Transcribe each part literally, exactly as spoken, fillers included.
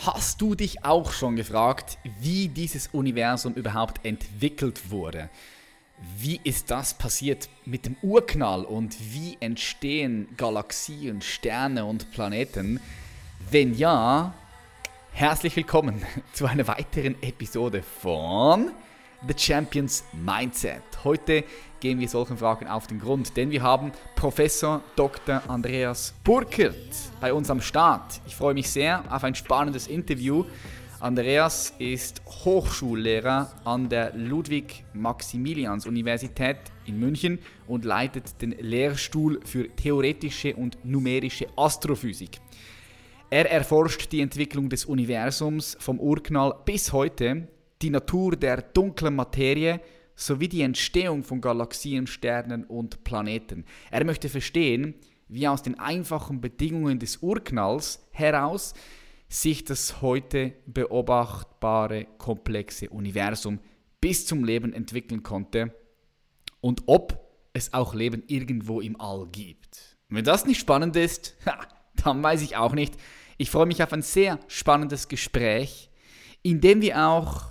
Hast du dich auch schon gefragt, wie dieses Universum überhaupt entwickelt wurde? Wie ist das passiert mit dem Urknall und wie entstehen Galaxien, Sterne und Planeten? Wenn ja, herzlich willkommen zu einer weiteren Episode von The Champions Mindset. Heute gehen wir solchen Fragen auf den Grund, denn wir haben Professor Doktor Andreas Burkert bei uns am Start. Ich freue mich sehr auf ein spannendes Interview. Andreas ist Hochschullehrer an der Ludwig-Maximilians-Universität in München und leitet den Lehrstuhl für theoretische und numerische Astrophysik. Er erforscht die Entwicklung des Universums vom Urknall bis heute, die Natur der dunklen Materie sowie die Entstehung von Galaxien, Sternen und Planeten. Er möchte verstehen, wie aus den einfachen Bedingungen des Urknalls heraus sich das heute beobachtbare komplexe Universum bis zum Leben entwickeln konnte und ob es auch Leben irgendwo im All gibt. Wenn das nicht spannend ist, ha, dann weiß ich auch nicht. Ich freue mich auf ein sehr spannendes Gespräch, in dem wir auch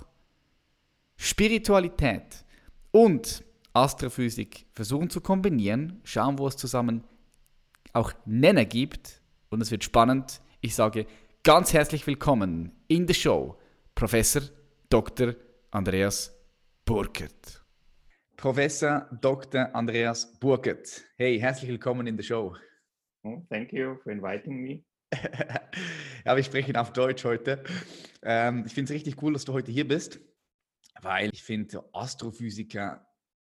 Spiritualität und Astrophysik versuchen zu kombinieren, schauen, wo es zusammen auch Nenner gibt und es wird spannend. Ich sage ganz herzlich willkommen in der Show, Professor Doktor Andreas Burkert. Professor Doktor Andreas Burkert, hey, herzlich willkommen in der Show. Oh, thank you for inviting me. Ja, wir sprechen auf Deutsch heute. Ähm, ich finde es richtig cool, dass du heute hier bist, weil ich finde Astrophysiker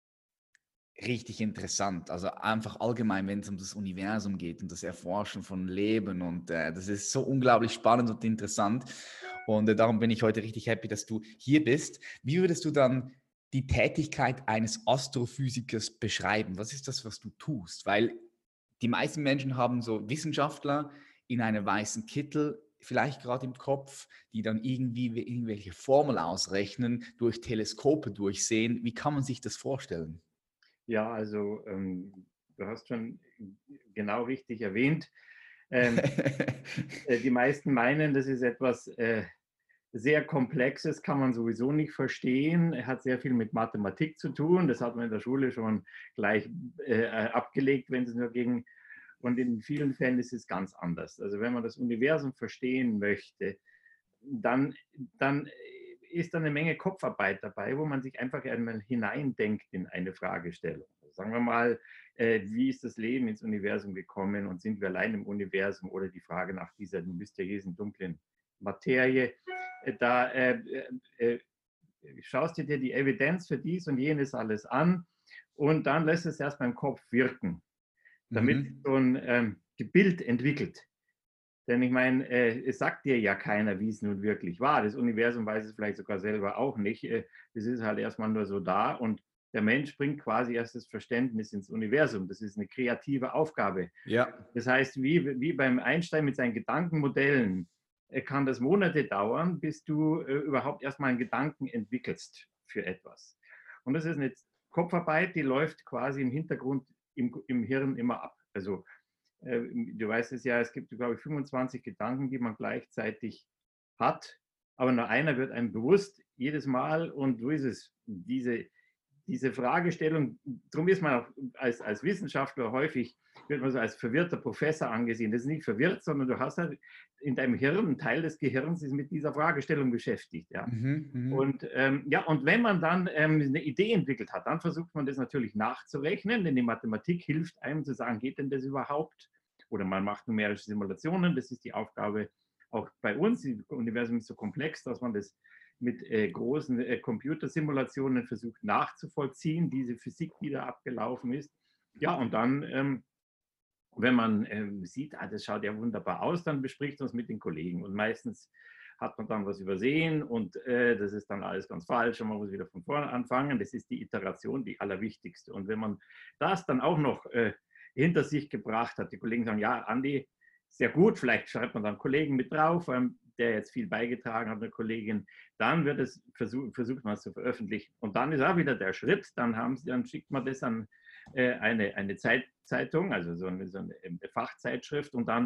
richtig interessant. Also einfach allgemein, wenn es um das Universum geht und das Erforschen von Leben und äh, das ist so unglaublich spannend und interessant und äh, darum bin ich heute richtig happy, dass du hier bist. Wie würdest du dann die Tätigkeit eines Astrophysikers beschreiben? Was ist das, was du tust? Weil die meisten Menschen haben so Wissenschaftler in einem weißen Kittel, vielleicht gerade im Kopf, die dann irgendwie irgendwelche Formeln ausrechnen, durch Teleskope durchsehen. Wie kann man sich das vorstellen? Ja, also ähm, du hast schon genau richtig erwähnt. Ähm, äh, die meisten meinen, das ist etwas äh, sehr Komplexes, kann man sowieso nicht verstehen. Er hat sehr viel mit Mathematik zu tun. Das hat man in der Schule schon gleich äh, abgelegt, wenn es nur ging. Und in vielen Fällen ist es ganz anders. Also wenn man das Universum verstehen möchte, dann, dann ist da eine Menge Kopfarbeit dabei, wo man sich einfach einmal hineindenkt in eine Fragestellung. Sagen wir mal, äh, wie ist das Leben ins Universum gekommen und sind wir allein im Universum oder die Frage nach dieser mysteriösen dunklen Materie. Äh, da äh, äh, schaust du dir die Evidenz für dies und jenes alles an und dann lässt es erst beim Kopf wirken, damit Mhm. so ein ähm, Bild entwickelt. Denn ich meine, äh, es sagt dir ja keiner, wie es nun wirklich war. Das Universum weiß es vielleicht sogar selber auch nicht. Äh, es ist halt erstmal nur so da und der Mensch bringt quasi erst das Verständnis ins Universum. Das ist eine kreative Aufgabe. Ja. Das heißt, wie, wie beim Einstein mit seinen Gedankenmodellen äh, kann das Monate dauern, bis du äh, überhaupt erstmal einen Gedanken entwickelst für etwas. Und das ist eine Kopfarbeit, die läuft quasi im Hintergrund im, im Hirn immer ab. Also du weißt es ja, es gibt, glaube ich, fünfundzwanzig Gedanken, die man gleichzeitig hat, aber nur einer wird einem bewusst jedes Mal und so ist es. Diese, diese Fragestellung, darum ist man auch als, als Wissenschaftler häufig, wird man so als verwirrter Professor angesehen. Das ist nicht verwirrt, sondern du hast halt in deinem Hirn, ein Teil des Gehirns ist mit dieser Fragestellung beschäftigt. Ja. Mhm, mhm. Und, ähm, ja, und wenn man dann ähm, eine Idee entwickelt hat, dann versucht man das natürlich nachzurechnen, denn die Mathematik hilft einem zu sagen, geht denn das überhaupt? Oder man macht numerische Simulationen, das ist die Aufgabe auch bei uns. Das Universum ist so komplex, dass man das mit äh, großen äh, Computersimulationen versucht nachzuvollziehen, diese Physik, die da abgelaufen ist. Ja, und dann, ähm, wenn man ähm, sieht, ah, das schaut ja wunderbar aus, dann bespricht man es mit den Kollegen. Und meistens hat man dann was übersehen und äh, das ist dann alles ganz falsch und man muss wieder von vorne anfangen. Das ist die Iteration, die allerwichtigste. Und wenn man das dann auch noch äh, hinter sich gebracht hat, die Kollegen sagen, ja, Andi, sehr gut, vielleicht schreibt man dann Kollegen mit drauf, ähm, der jetzt viel beigetragen hat, eine Kollegin, dann wird es versuch, versucht man es zu veröffentlichen. Und dann ist auch wieder der Schritt, dann, haben sie, dann schickt man das an äh, eine, eine Zeit, Zeitung, also so eine, so eine Fachzeitschrift und dann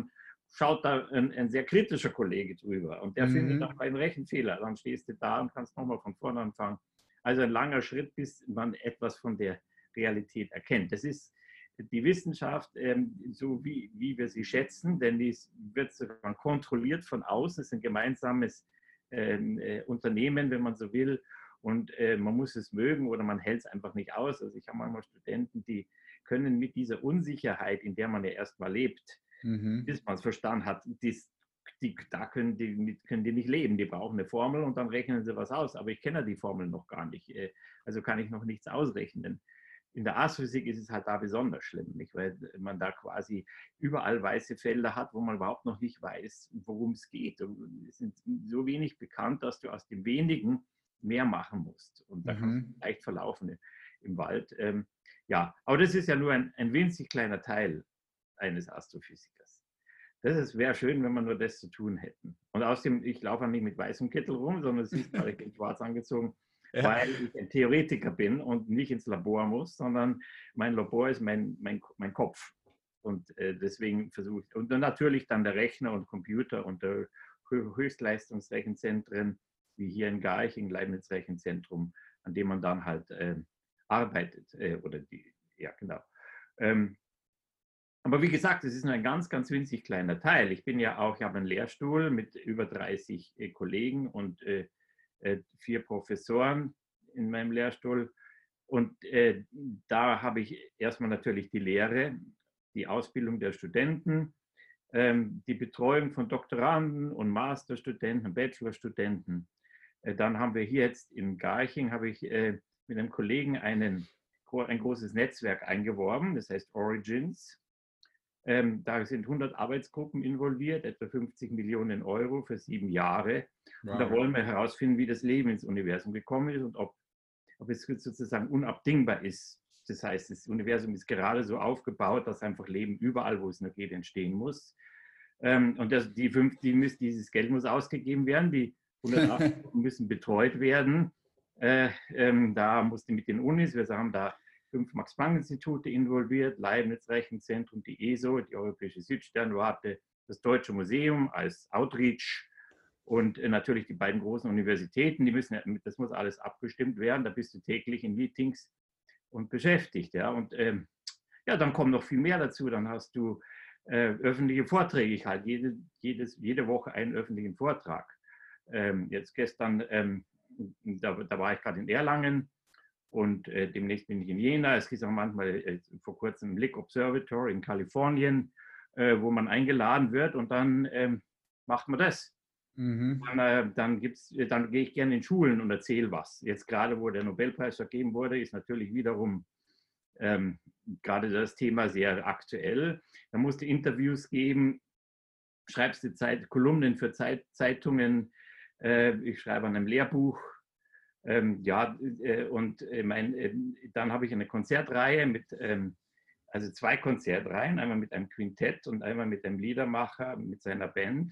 schaut da ein, ein sehr kritischer Kollege drüber und der Mhm. findet auch einen Rechenfehler. Dann stehst du da und kannst nochmal von vorne anfangen. Also ein langer Schritt, bis man etwas von der Realität erkennt. Das ist die Wissenschaft, ähm, so wie, wie wir sie schätzen, denn die wird sogar kontrolliert von außen. Es ist ein gemeinsames ähm, äh, Unternehmen, wenn man so will. Und äh, man muss es mögen oder man hält es einfach nicht aus. Also ich habe manchmal Studenten, die können mit dieser Unsicherheit, in der man ja erstmal lebt, Mhm. bis man es verstanden hat, dies, die, da können die, können die nicht leben. Die brauchen eine Formel und dann rechnen sie was aus. Aber ich kenne ja die Formel noch gar nicht. Also kann ich noch nichts ausrechnen. In der Astrophysik ist es halt da besonders schlimm, nicht? Weil man da quasi überall weiße Felder hat, wo man überhaupt noch nicht weiß, worum es geht. Und es sind so wenig bekannt, dass du aus dem Wenigen mehr machen musst. Und da Mhm. kannst du leicht verlaufen im Wald. Ähm, ja, aber das ist ja nur ein, ein winzig kleiner Teil eines Astrophysikers. Das wäre schön, wenn wir nur das zu tun hätten. Und außerdem, ich laufe nicht mit weißem Kittel rum, sondern siehst gerade, ich bin schwarz angezogen, ja. Weil ich ein Theoretiker bin und nicht ins Labor muss, sondern mein Labor ist mein, mein, mein Kopf. Und äh, deswegen versuche ich, und dann natürlich dann der Rechner und Computer und der Höchstleistungsrechenzentren, wie hier in Garching, Leibniz Rechenzentrum, an dem man dann halt äh, arbeitet. Äh, oder die, ja, genau. Ähm, aber wie gesagt, es ist nur ein ganz, ganz winzig kleiner Teil. Ich bin ja auch, ich habe einen Lehrstuhl mit über dreißig äh, Kollegen und äh, äh, vier Professoren in meinem Lehrstuhl. Und äh, da habe ich erstmal natürlich die Lehre, die Ausbildung der Studenten, ähm, die Betreuung von Doktoranden und Masterstudenten und Bachelorstudenten. Äh, dann haben wir hier jetzt in Garching, habe ich äh, mit einem Kollegen einen, ein großes Netzwerk eingeworben, das heißt Origins. Ähm, da sind hundert Arbeitsgruppen involviert, etwa fünfzig Millionen Euro für sieben Jahre. Wow. Und da wollen wir herausfinden, wie das Leben ins Universum gekommen ist und ob, ob es sozusagen unabdingbar ist. Das heißt, das Universum ist gerade so aufgebaut, dass einfach Leben überall, wo es nur geht, entstehen muss. Ähm, und das, die fünf, die müssen, dieses Geld muss ausgegeben werden, die hundertachtzig Gruppen müssen betreut werden. Äh, ähm, da musste mit den Unis, wir haben da fünf Max-Planck-Institute involviert, Leibniz Rechenzentrum, die E S O, die Europäische Südsternwarte, das Deutsche Museum als Outreach und natürlich die beiden großen Universitäten, die müssen, das muss alles abgestimmt werden, da bist du täglich in Meetings und beschäftigt. Ja, und ähm, ja, dann kommt noch viel mehr dazu, dann hast du äh, öffentliche Vorträge, ich halte jede, jedes, jede Woche einen öffentlichen Vortrag. Ähm, jetzt gestern, ähm, da, da war ich gerade in Erlangen, und äh, demnächst bin ich in Jena. Es gibt auch manchmal äh, vor kurzem im Lick Observatory in Kalifornien, äh, wo man eingeladen wird und dann ähm, macht man das. Mhm. Dann, äh, dann, dann gehe ich gerne in Schulen und erzähle was. Jetzt gerade, wo der Nobelpreis vergeben wurde, ist natürlich wiederum ähm, gerade das Thema sehr aktuell. Da musst du Interviews geben, schreibst du Zeit, Kolumnen für Zeit, Zeitungen. Äh, ich schreibe an einem Lehrbuch. Ähm, ja, äh, und äh, mein, äh, dann habe ich eine Konzertreihe mit, ähm, also zwei Konzertreihen, einmal mit einem Quintett und einmal mit einem Liedermacher mit seiner Band.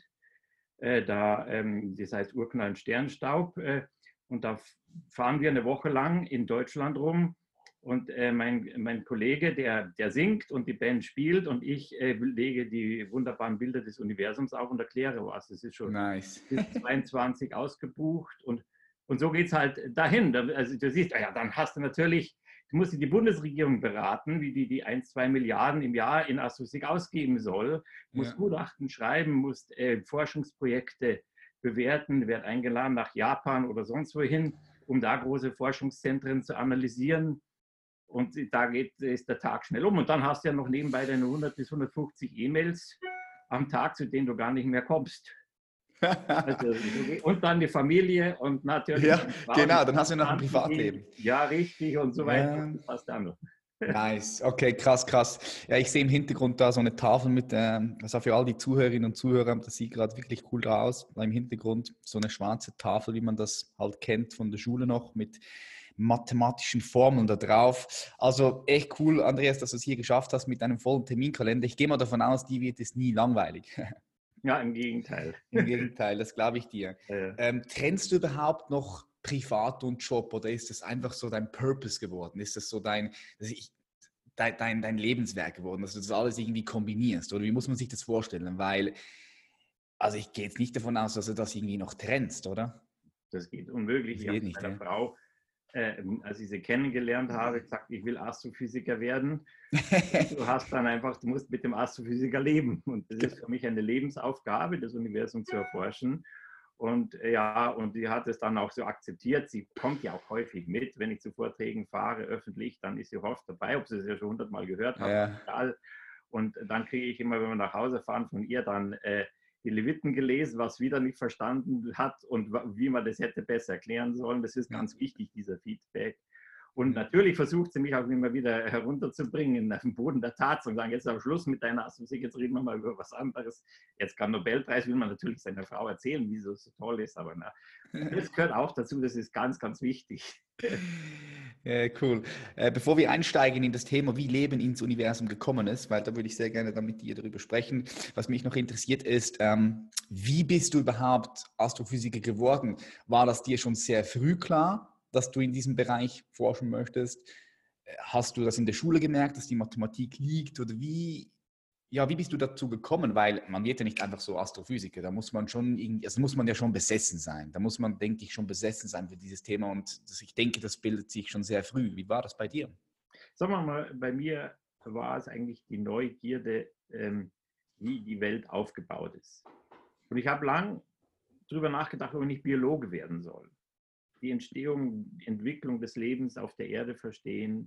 Äh, da, ähm, das heißt Urknall und Sternstaub. Äh, und da fahren wir eine Woche lang in Deutschland rum. Und äh, mein, mein Kollege, der, der singt und die Band spielt und ich äh, lege die wunderbaren Bilder des Universums auf und erkläre was. Das ist schon nice. Bis zweiundzwanzig ausgebucht und Und so geht es halt dahin. Also du siehst, ja, dann hast du natürlich, du musst die Bundesregierung beraten, wie die die ein, zwei Milliarden im Jahr in Astrophysik ausgeben soll. Du musst ja. Gutachten schreiben, musst äh, Forschungsprojekte bewerten, wird eingeladen nach Japan oder sonst wohin, um da große Forschungszentren zu analysieren. Und da geht, ist der Tag schnell um. Und dann hast du ja noch nebenbei deine hundert bis hundertfünfzig E-Mails am Tag, zu denen du gar nicht mehr kommst. Also, und dann die Familie und natürlich. Ja, genau, dann hast du noch ein Privatleben. Ja, richtig und so weiter. Ja. Fast auch. Nice, okay, krass, krass. Ja, ich sehe im Hintergrund da so eine Tafel mit, ähm, also für all die Zuhörerinnen und Zuhörer, das sieht gerade wirklich cool aus. Da im Hintergrund so eine schwarze Tafel, wie man das halt kennt von der Schule noch, mit mathematischen Formeln da drauf. Also echt cool, Andreas, dass du es hier geschafft hast mit einem vollen Terminkalender. Ich gehe mal davon aus, die wird es nie langweilig. Ja, im Gegenteil. Im Gegenteil, das glaube ich dir. Ja. Ähm, trennst du überhaupt noch Privat und Job oder ist das einfach so dein Purpose geworden? Ist das so dein, also ich, dein, dein, dein Lebenswerk geworden, dass du das alles irgendwie kombinierst? Oder wie muss man sich das vorstellen? Weil, also ich gehe jetzt nicht davon aus, dass du das irgendwie noch trennst, oder? Das geht unmöglich. Das Ich habe geht mit nicht, meiner ja. Frau, äh, als ich sie kennengelernt habe, gesagt, ich will Astrophysiker werden. Du hast dann einfach, du musst mit dem Astrophysiker leben. Und das ist für mich eine Lebensaufgabe, das Universum zu erforschen. Und äh, ja, und die hat es dann auch so akzeptiert. Sie kommt ja auch häufig mit. Wenn ich zu Vorträgen fahre, öffentlich, dann ist sie oft dabei, ob sie es ja schon hundertmal gehört hat. Ja. Egal. Und dann kriege ich immer, wenn wir nach Hause fahren, von ihr dann äh, die Leviten gelesen, was wieder nicht verstanden hat und wie man das hätte besser erklären sollen. Das ist ganz wichtig, dieser Feedback. Und natürlich versucht sie mich auch immer wieder herunterzubringen auf den Boden der Tatsache und sagen, jetzt ist am Schluss mit deiner Astrophysik, jetzt reden wir mal über was anderes. Jetzt kam Nobelpreis, will man natürlich seiner Frau erzählen, wie es so toll ist, aber na, das gehört auch dazu, das ist ganz, ganz wichtig. Ja, cool. Äh, bevor wir einsteigen in das Thema, wie Leben ins Universum gekommen ist, weil da würde ich sehr gerne dann mit dir darüber sprechen. Was mich noch interessiert ist, ähm, wie bist du überhaupt Astrophysiker geworden? War das dir schon sehr früh klar, dass du in diesem Bereich forschen möchtest? Hast du das in der Schule gemerkt, dass die Mathematik liegt? Oder wie, ja, wie bist du dazu gekommen? Weil man wird ja nicht einfach so Astrophysiker. Da muss man schon irgendwie, also muss man ja schon besessen sein. Da muss man, denke ich, schon besessen sein für dieses Thema. Und das, ich denke, das bildet sich schon sehr früh. Wie war das bei dir? Sagen wir mal, bei mir war es eigentlich die Neugierde, ähm, wie die Welt aufgebaut ist. Und ich habe lang darüber nachgedacht, ob ich nicht Biologe werden soll. Die Entstehung, die Entwicklung des Lebens auf der Erde verstehen.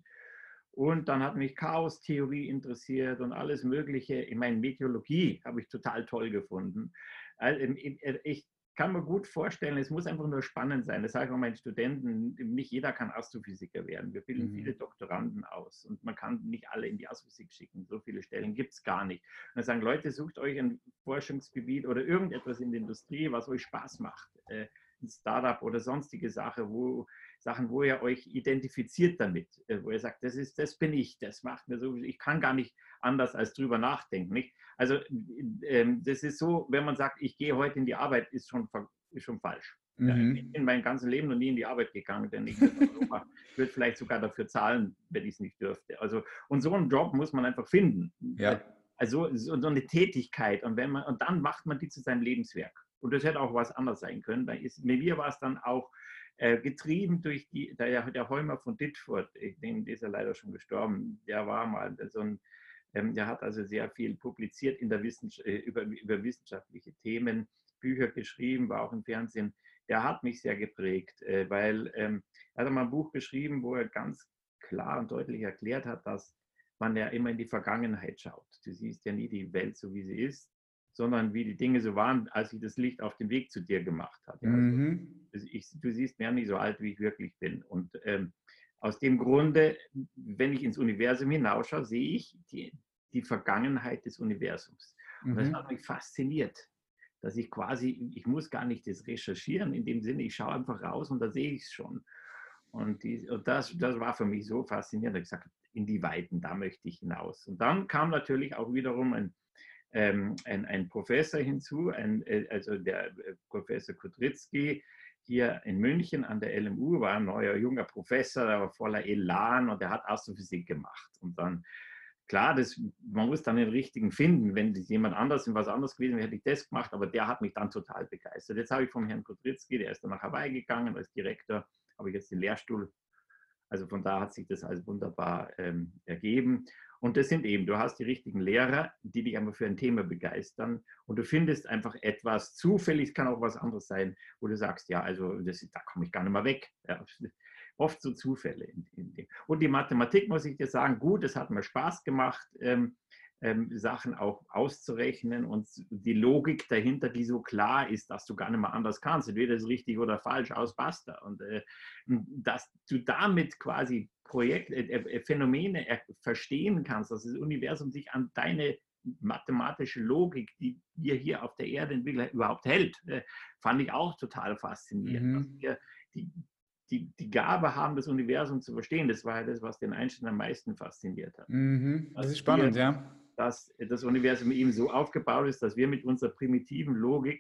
Und dann hat mich Chaostheorie interessiert und alles Mögliche. Ich meine, Meteorologie habe ich total toll gefunden. Also ich kann mir gut vorstellen, es muss einfach nur spannend sein. Das sage ich auch meinen Studenten, nicht jeder kann Astrophysiker werden. Wir bilden mhm. viele Doktoranden aus und man kann nicht alle in die Astrophysik schicken. So viele Stellen gibt es gar nicht. Und dann sagen Leute, sucht euch ein Forschungsgebiet oder irgendetwas in der Industrie, was euch Spaß macht. Ein Startup oder sonstige Sache, wo, Sachen, wo ihr euch identifiziert damit, wo ihr sagt, das ist, das bin ich, das macht mir so, ich kann gar nicht anders als drüber nachdenken. Nicht? Also ähm, das ist so, wenn man sagt, ich gehe heute in die Arbeit, ist schon, ist schon falsch. Mhm. Ja, ich bin mein ganzes Leben noch nie in die Arbeit gegangen, denn ich würde vielleicht sogar dafür zahlen, wenn ich es nicht dürfte. Also, und so einen Job muss man einfach finden. Ja. Also so, so eine Tätigkeit und, wenn man, und dann macht man die zu seinem Lebenswerk. Und das hätte auch was anderes sein können. Bei mir war es dann auch äh, getrieben durch die, der, der Heumer von Ditfurth, den ist ja leider schon gestorben, der war mal so ein, ähm, der hat also sehr viel publiziert in der Wissenschaft, äh, über, über wissenschaftliche Themen, Bücher geschrieben, war auch im Fernsehen. Der hat mich sehr geprägt, äh, weil ähm, er hat mal ein Buch geschrieben, wo er ganz klar und deutlich erklärt hat, dass man ja immer in die Vergangenheit schaut. Du siehst ja nie die Welt so, wie sie ist, sondern wie die Dinge so waren, als sich das Licht auf den Weg zu dir gemacht hat. Ja, also, mhm. ich, du siehst mir nicht so alt, wie ich wirklich bin. Und ähm, aus dem Grunde, wenn ich ins Universum hinausschaue, sehe ich die, die Vergangenheit des Universums. Und mhm. das hat mich fasziniert, dass ich quasi, ich muss gar nicht das recherchieren, in dem Sinne, ich schaue einfach raus und da sehe ich es schon. Und, die, und das, das war für mich so faszinierend, dass ich gesagt habe, in die Weiten, da möchte ich hinaus. Und dann kam natürlich auch wiederum ein Ähm, ein, ein Professor hinzu, ein, also der Professor Kudrycki hier in München an der L M U, war ein neuer junger Professor, der war voller Elan und der hat Astrophysik gemacht. Und dann, klar, das, man muss dann den richtigen finden. Wenn das jemand anders in was anderes gewesen wäre, hätte ich das gemacht, aber der hat mich dann total begeistert. Jetzt habe ich vom Herrn Kudrycki, der ist dann nach Hawaii gegangen als Direktor, habe ich jetzt den Lehrstuhl. Also von da hat sich das als wunderbar ähm, ergeben. Und das sind eben, du hast die richtigen Lehrer, die dich einfach für ein Thema begeistern und du findest einfach etwas, zufällig kann auch was anderes sein, wo du sagst, ja, also das, da komme ich gar nicht mehr weg. Ja, oft so Zufälle. In, in dem. Und die Mathematik, muss ich dir sagen, gut, es hat mir Spaß gemacht, ähm, ähm, Sachen auch auszurechnen und die Logik dahinter, die so klar ist, dass du gar nicht mehr anders kannst. Entweder ist richtig oder falsch, aus basta. Und äh, dass du damit quasi Projekt, äh, Phänomene äh, verstehen kannst, dass das Universum sich an deine mathematische Logik, die wir hier auf der Erde entwickeln, überhaupt hält, äh, fand ich auch total faszinierend. Mhm. Dass wir die, die, die Gabe haben, das Universum zu verstehen. Das war ja das, was den Einstein am meisten fasziniert hat. Mhm. Das ist spannend, wir, ja. Dass das Universum eben so aufgebaut ist, dass wir mit unserer primitiven Logik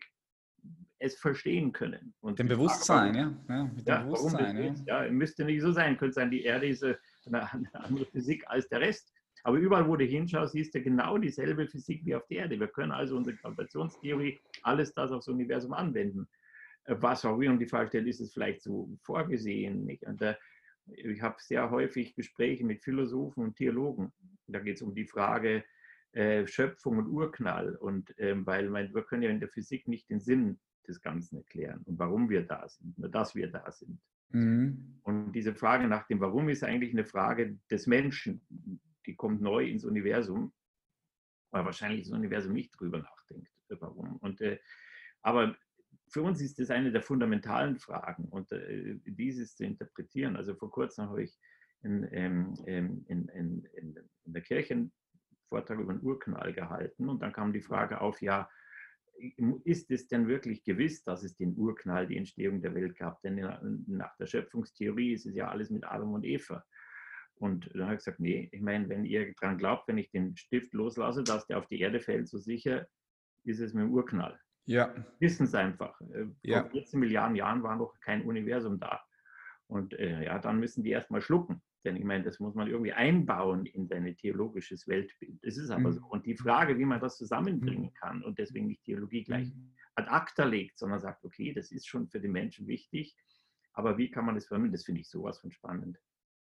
es verstehen können. Und dem Bewusstsein, Frage, warum, ja. ja, mit dem ja, Bewusstsein, ja. Ist, ja. Müsste nicht so sein, könnte sein, die Erde ist eine, eine andere Physik als der Rest. Aber überall, wo du hinschaust, siehst du genau dieselbe Physik wie auf der Erde. Wir können also unsere Gravitationstheorie, alles das aufs Universum anwenden. Was auch immer die Frage stellt, ist es vielleicht so vorgesehen? Nicht? Und da, ich habe sehr häufig Gespräche mit Philosophen und Theologen. Da geht es um die Frage äh, Schöpfung und Urknall. Und ähm, weil mein, wir können ja in der Physik nicht den Sinn des Ganzen erklären und warum wir da sind, nur dass wir da sind. Mhm. Und diese Frage nach dem Warum ist eigentlich eine Frage des Menschen. Die kommt neu ins Universum, weil wahrscheinlich das Universum nicht drüber nachdenkt, warum. Und, äh, aber für uns ist das eine der fundamentalen Fragen und äh, dieses zu interpretieren. Also vor kurzem habe ich in, in, in, in, in, in der Kirche einen Vortrag über den Urknall gehalten und dann kam die Frage auf, ja, ist es denn wirklich gewiss, dass es den Urknall, die Entstehung der Welt gab? Denn nach der Schöpfungstheorie ist es ja alles mit Adam und Eva. Und dann habe ich gesagt, nee, ich meine, wenn ihr daran glaubt, wenn ich den Stift loslasse, dass der auf die Erde fällt, so sicher ist es mit dem Urknall. Ja. Wissen es einfach. Ja. Vor vierzehn Milliarden Jahren war noch kein Universum da. Und äh, ja, dann müssen die erstmal schlucken. Denn ich meine, das muss man irgendwie einbauen in sein theologisches Weltbild. Das ist aber mhm. so. Und die Frage, wie man das zusammenbringen kann und deswegen nicht Theologie gleich mhm. ad acta legt, sondern sagt, okay, das ist schon für die Menschen wichtig, aber wie kann man das vermitteln? Das finde ich sowas von spannend.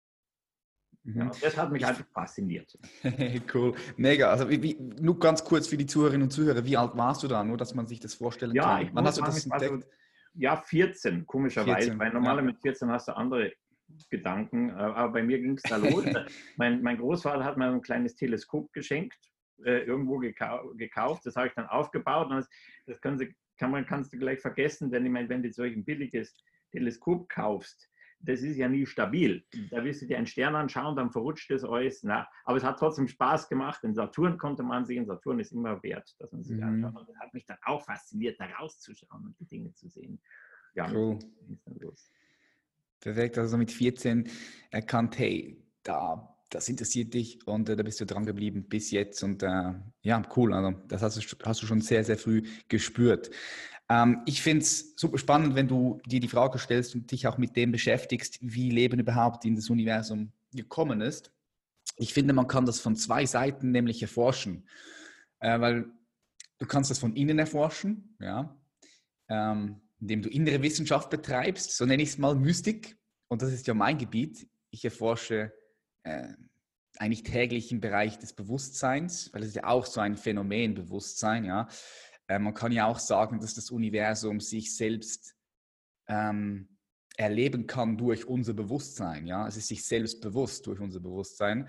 Ja, das hat mich einfach fasziniert. Cool, mega. Also wie, wie, nur ganz kurz für die Zuhörerinnen und Zuhörer, wie alt warst du da? Nur, dass man sich das vorstellen ja, kann. Ich Wann hast du das entdeckt? Also, ja, vierzehn, komischerweise. vierzehn, weil normalerweise ja. mit vierzehn hast du andere Gedanken. Aber bei mir ging es da los. mein, mein Großvater hat mir ein kleines Teleskop geschenkt, äh, irgendwo gekau gekauft. Das habe ich dann aufgebaut. Und das das können Sie, kann man, kannst du gleich vergessen, denn ich meine, wenn du solch ein billiges Teleskop kaufst, das ist ja nie stabil. Da wirst du dir einen Stern anschauen, dann verrutscht es alles. Na, aber es hat trotzdem Spaß gemacht. Den Saturn konnte man sehen. Saturn ist immer wert, dass man sich mhm. anschaut. Und das hat mich dann auch fasziniert, da rauszuschauen und die Dinge zu sehen. Ja, cool. Ist dann los. Perfekt, also mit vierzehn erkannt, hey, da, das interessiert dich und äh, da bist du dran geblieben bis jetzt. Und äh, ja, cool. Also das hast du, hast du schon sehr, sehr früh gespürt. Ähm, ich finde es super spannend, wenn du dir die Frage stellst und dich auch mit dem beschäftigst, wie Leben überhaupt in das Universum gekommen ist. Ich finde, man kann das von zwei Seiten nämlich erforschen, äh, weil du kannst das von innen erforschen, ja, ähm, indem du innere Wissenschaft betreibst, so nenne ich es mal Mystik. Und das ist ja mein Gebiet. Ich erforsche äh, eigentlich täglich im Bereich des Bewusstseins, weil es ist ja auch so ein Phänomen, Bewusstsein, ja. Man kann ja auch sagen, dass das Universum sich selbst ähm, erleben kann durch unser Bewusstsein. Ja? Es ist sich selbst bewusst durch unser Bewusstsein.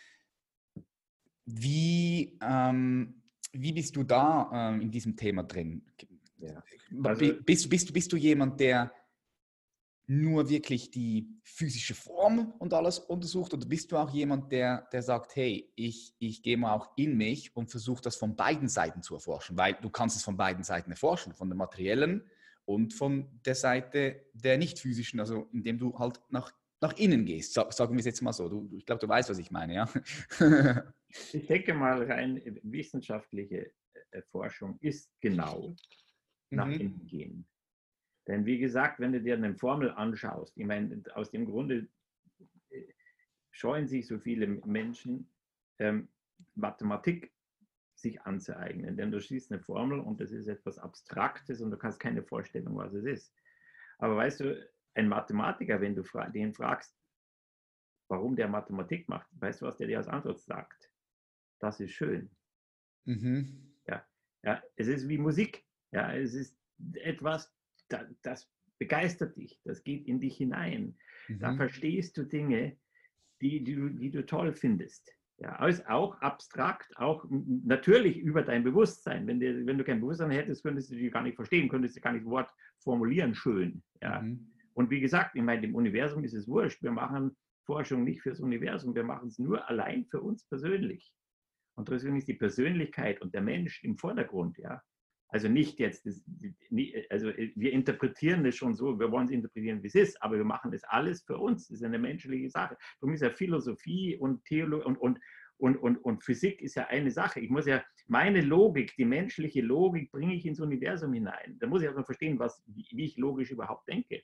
Wie, ähm, wie bist du da ähm, in diesem Thema drin? Ja. Also, bist, bist, bist du jemand, der nur wirklich die physische Form und alles untersucht, oder bist du auch jemand, der, der sagt, hey, ich, ich gehe mal auch in mich und versuche das von beiden Seiten zu erforschen, weil du kannst es von beiden Seiten erforschen, von der materiellen und von der Seite der nicht physischen, also indem du halt nach, nach innen gehst, sagen wir es jetzt mal so. Du, ich glaube, du weißt, was ich meine, ja? Ich denke mal, rein wissenschaftliche Forschung ist genau nach mhm. innen gehen. Denn wie gesagt, wenn du dir eine Formel anschaust, ich meine, aus dem Grunde scheuen sich so viele Menschen, ähm, Mathematik sich anzueignen. Denn du schießt eine Formel und das ist etwas Abstraktes und du hast keine Vorstellung, was es ist. Aber weißt du, ein Mathematiker, wenn du fra den fragst, warum der Mathematik macht, weißt du, was der dir als Antwort sagt? Das ist schön. Mhm. Ja, ja, es ist wie Musik. Ja, es ist etwas, das begeistert dich, das geht in dich hinein. Mhm. Da verstehst du Dinge, die, die, du, die du toll findest. Ja, auch abstrakt, auch natürlich über dein Bewusstsein. Wenn du, wenn du kein Bewusstsein hättest, könntest du die gar nicht verstehen, könntest du gar nicht Wort formulieren, schön. Ja. Mhm. Und wie gesagt, ich meine, im Universum ist es wurscht. Wir machen Forschung nicht fürs Universum, wir machen es nur allein für uns persönlich. Und deswegen ist die Persönlichkeit und der Mensch im Vordergrund, ja. Also nicht jetzt, das, also wir interpretieren es schon so, wir wollen es interpretieren, wie es ist, aber wir machen das alles für uns. Das ist eine menschliche Sache. Darum ist ja Philosophie und Theologie und, und, und, und, und Physik ist ja eine Sache. Ich muss ja, meine Logik, die menschliche Logik bringe ich ins Universum hinein. Da muss ich erstmal verstehen, was, wie ich logisch überhaupt denke.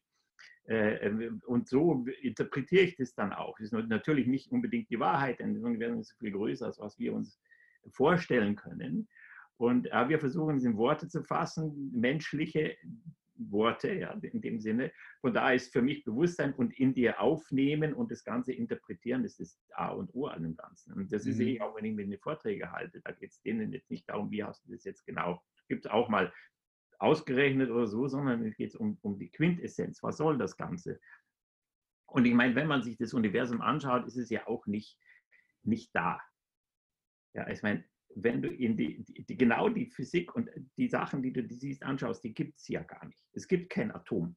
Und so interpretiere ich das dann auch. Das ist natürlich nicht unbedingt die Wahrheit, denn das Universum ist so viel größer, als was wir uns vorstellen können. Und wir versuchen es in Worte zu fassen, menschliche Worte, ja, in dem Sinne. Von daher ist für mich Bewusstsein und in dir aufnehmen und das Ganze interpretieren, das ist A und O an dem Ganzen. Und das mhm. ist eh auch, wenn ich mir eine Vorträge halte, da geht es denen jetzt nicht darum, wie hast du das jetzt genau, gibt es auch mal ausgerechnet oder so, sondern es geht um, um die Quintessenz. Was soll das Ganze? Und ich meine, wenn man sich das Universum anschaut, ist es ja auch nicht, nicht da. Ja, ich meine, wenn du in die, die, die, genau die Physik und die Sachen, die du die siehst, anschaust, die gibt es ja gar nicht. Es gibt kein Atom.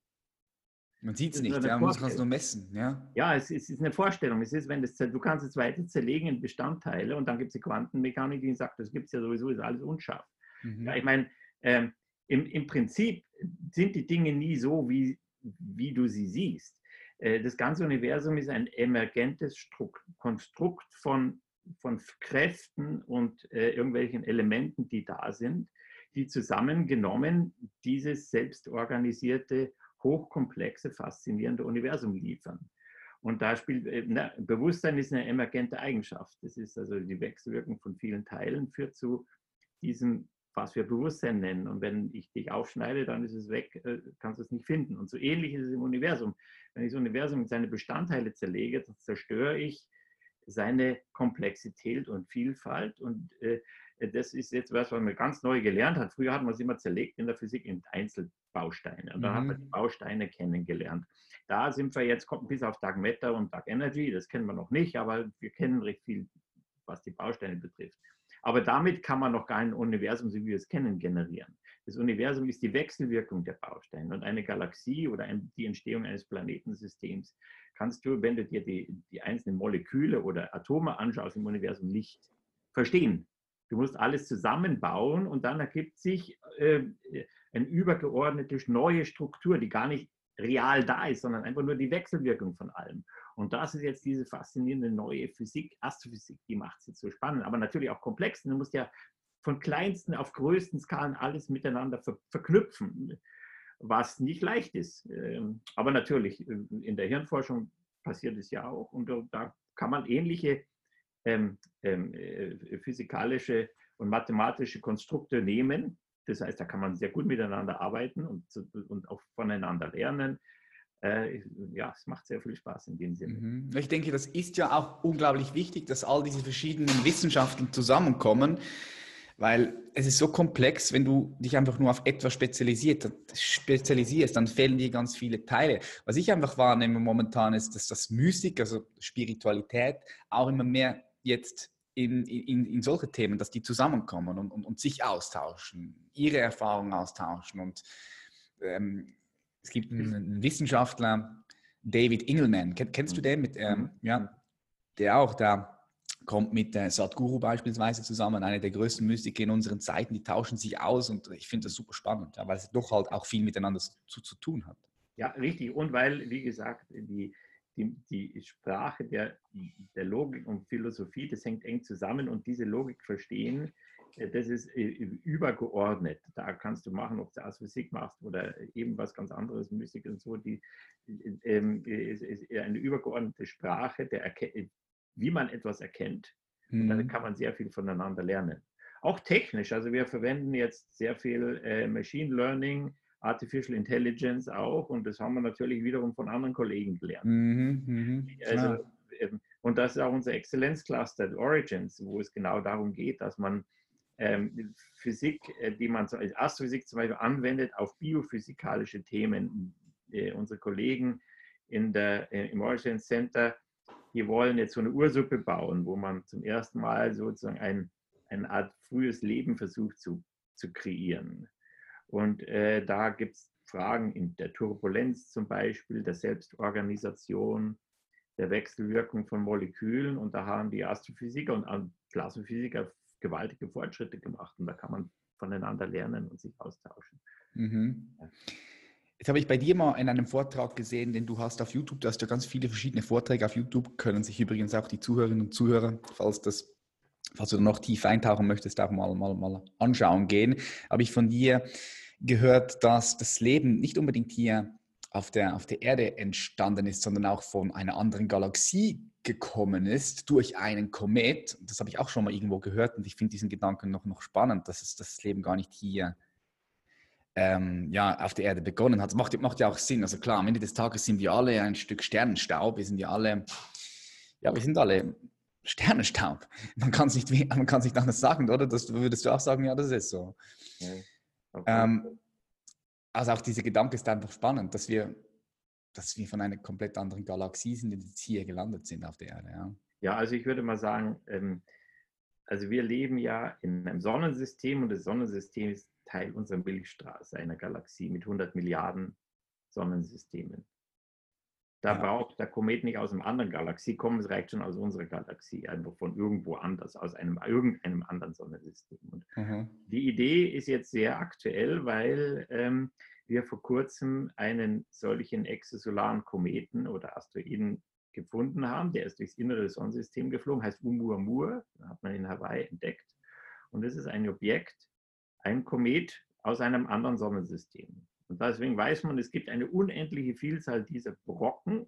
Man sieht es nicht, ja, man kann es nur messen. Ja, ja es, es ist eine Vorstellung. Es ist, wenn das, du kannst es weiter zerlegen in Bestandteile und dann gibt es die Quantenmechanik, die sagt, das gibt es ja sowieso, ist alles unscharf. Mhm. Ja, ich meine, ähm, im, im Prinzip sind die Dinge nie so, wie, wie du sie siehst. Äh, das ganze Universum ist ein emergentes Strukt, Konstrukt von von Kräften und äh, irgendwelchen Elementen, die da sind, die zusammengenommen dieses selbstorganisierte, hochkomplexe, faszinierende Universum liefern. Und da spielt, äh, na, Bewusstsein ist eine emergente Eigenschaft. Das ist also die Wechselwirkung von vielen Teilen, führt zu diesem, was wir Bewusstsein nennen. Und wenn ich dich aufschneide, dann ist es weg, äh, kannst du es nicht finden. Und so ähnlich ist es im Universum. Wenn ich das Universum in seine Bestandteile zerlege, dann zerstöre ich seine Komplexität und Vielfalt. Und äh, das ist jetzt was, was man ganz neu gelernt hat. Früher hat man es immer zerlegt in der Physik in Einzelbausteine. Und dann mhm. hat man die Bausteine kennengelernt. Da sind wir jetzt, kommt bis auf Dark Matter und Dark Energy, das kennen wir noch nicht, aber wir kennen recht viel, was die Bausteine betrifft. Aber damit kann man noch gar ein Universum, so wie wir es kennen, generieren. Das Universum ist die Wechselwirkung der Bausteine und eine Galaxie oder ein, die Entstehung eines Planetensystems kannst du, wenn du dir die, die einzelnen Moleküle oder Atome anschaust im Universum, nicht verstehen. Du musst alles zusammenbauen und dann ergibt sich äh, eine übergeordnete neue Struktur, die gar nicht real da ist, sondern einfach nur die Wechselwirkung von allem. Und das ist jetzt diese faszinierende neue Physik, Astrophysik, die macht es jetzt so spannend, aber natürlich auch komplex. Du musst ja von kleinsten auf größten Skalen alles miteinander ver verknüpfen, was nicht leicht ist. Aber natürlich, in der Hirnforschung passiert es ja auch und da kann man ähnliche ähm, ähm, physikalische und mathematische Konstrukte nehmen. Das heißt, da kann man sehr gut miteinander arbeiten und, und auch voneinander lernen. Äh, ja, es macht sehr viel Spaß in dem Sinne. Ich denke, das ist ja auch unglaublich wichtig, dass all diese verschiedenen Wissenschaften zusammenkommen, weil es ist so komplex, wenn du dich einfach nur auf etwas spezialisiert, spezialisierst, dann fehlen dir ganz viele Teile. Was ich einfach wahrnehme momentan ist, dass das Mystik, also Spiritualität, auch immer mehr jetzt in, in, in solche Themen, dass die zusammenkommen und, und, und sich austauschen, ihre Erfahrungen austauschen. Und ähm, es gibt einen, einen Wissenschaftler, David Engelman, Ken, kennst du den? Mit, ähm, ja, der auch da kommt mit äh, Sadhguru beispielsweise zusammen, einer der größten Mystiker in unseren Zeiten, die tauschen sich aus und ich finde das super spannend, ja, weil es doch halt auch viel miteinander zu, zu tun hat. Ja, richtig. Und weil, wie gesagt, die, die, die Sprache der, der Logik und Philosophie, das hängt eng zusammen und diese Logik verstehen, das ist übergeordnet. Da kannst du machen, ob du Astrophysik machst oder eben was ganz anderes, Mystik und so. Die ähm, ist, ist eine übergeordnete Sprache, der wie man etwas erkennt. Und dann kann man sehr viel voneinander lernen. Auch technisch. Also wir verwenden jetzt sehr viel äh, Machine Learning, Artificial Intelligence auch. Und das haben wir natürlich wiederum von anderen Kollegen gelernt. Mhm, mh. Also, ähm, und das ist auch unser Exzellenzcluster Origins, wo es genau darum geht, dass man ähm, Physik, äh, die man, also Astrophysik zum Beispiel anwendet auf biophysikalische Themen. Äh, unsere Kollegen in der, äh, im Origins Center, die wollen jetzt so eine Ursuppe bauen, wo man zum ersten Mal sozusagen ein, eine Art frühes Leben versucht zu, zu kreieren. Und äh, da gibt es Fragen in der Turbulenz zum Beispiel, der Selbstorganisation, der Wechselwirkung von Molekülen. Und da haben die Astrophysiker und Plasmaphysiker gewaltige Fortschritte gemacht. Und da kann man voneinander lernen und sich austauschen. Mhm. Ja. Jetzt habe ich bei dir mal in einem Vortrag gesehen, den du hast auf YouTube. Du hast ja ganz viele verschiedene Vorträge auf YouTube. Können sich übrigens auch die Zuhörerinnen und Zuhörer, falls, das, falls du da noch tief eintauchen möchtest, auch mal, mal, mal anschauen gehen. Habe ich von dir gehört, dass das Leben nicht unbedingt hier auf der, auf der Erde entstanden ist, sondern auch von einer anderen Galaxie gekommen ist durch einen Komet. Das habe ich auch schon mal irgendwo gehört und ich finde diesen Gedanken noch, noch spannend, dass, es, dass das Leben gar nicht hier ähm, ja, auf der Erde begonnen hat. Das macht, macht ja auch Sinn. Also klar, am Ende des Tages sind wir alle ein Stück Sternenstaub. Wir sind ja alle, ja, wir sind alle Sternenstaub. Man kann es nicht, man kann es nicht anders sagen, oder? Das würdest du auch sagen, ja, das ist so. Ja, okay. Ähm, also auch dieser Gedanke ist einfach spannend, dass wir, dass wir von einer komplett anderen Galaxie sind und jetzt hier gelandet sind auf der Erde. Ja, ja, also ich würde mal sagen, ähm, also wir leben ja in einem Sonnensystem und das Sonnensystem ist Teil unserer Milchstraße, einer Galaxie mit hundert Milliarden Sonnensystemen. Da ja. braucht der Komet nicht aus einer anderen Galaxie kommen, es reicht schon aus unserer Galaxie, einfach von irgendwo anders, aus einem, irgendeinem anderen Sonnensystem. Und Mhm. die Idee ist jetzt sehr aktuell, weil ähm, wir vor kurzem einen solchen exosolaren Kometen oder Asteroiden gefunden haben. Der ist durchs innere des Sonnensystems geflogen, heißt Oumuamua, hat man in Hawaii entdeckt. Und das ist ein Objekt, ein Komet aus einem anderen Sonnensystem. Und deswegen weiß man, es gibt eine unendliche Vielzahl dieser Brocken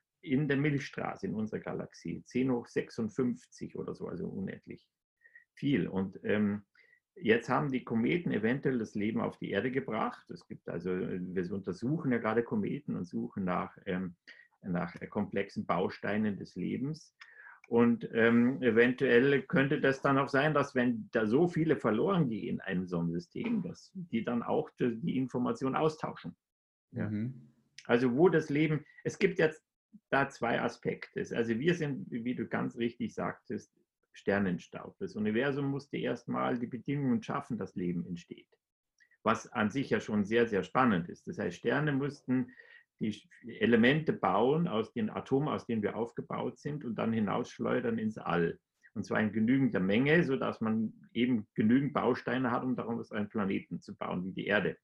in der Milchstraße in unserer Galaxie. zehn hoch sechsundfünfzig oder so, also unendlich viel. Und ähm, jetzt haben die Kometen eventuell das Leben auf die Erde gebracht. Es gibt also, wir untersuchen ja gerade Kometen und suchen nach, ähm, nach komplexen Bausteinen des Lebens. Und ähm, eventuell könnte das dann auch sein, dass wenn da so viele verloren gehen in einem Sonnensystem, dass die dann auch die, die Information austauschen. Ja. Mhm. Also wo das Leben, es gibt jetzt da zwei Aspekte. Also wir sind, wie du ganz richtig sagtest, Sternenstaub. Das Universum musste erstmal die Bedingungen schaffen, dass Leben entsteht. Was an sich ja schon sehr, sehr spannend ist. Das heißt, Sterne mussten die Elemente bauen aus den Atomen, aus denen wir aufgebaut sind und dann hinausschleudern ins All. Und zwar in genügender Menge, sodass man eben genügend Bausteine hat, um daraus einen Planeten zu bauen, wie die Erde.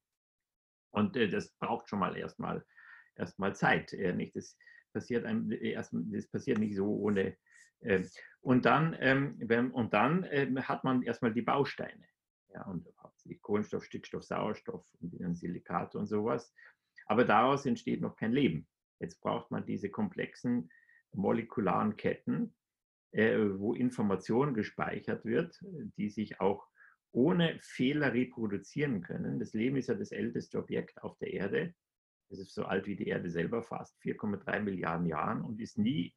Und äh, das braucht schon mal erstmal erstmal Zeit. Äh, nicht? Das, passiert einem, erst, das passiert nicht so ohne. Äh, und dann, ähm, wenn, und dann äh, hat man erstmal die Bausteine. Ja, und hauptsächlich Kohlenstoff, Stickstoff, Sauerstoff und dann Silikate und sowas. Aber daraus entsteht noch kein Leben. Jetzt braucht man diese komplexen molekularen Ketten, äh, wo Information gespeichert wird, die sich auch ohne Fehler reproduzieren können. Das Leben ist ja das älteste Objekt auf der Erde. Es ist so alt wie die Erde selber, fast vier Komma drei Milliarden Jahren und ist nie,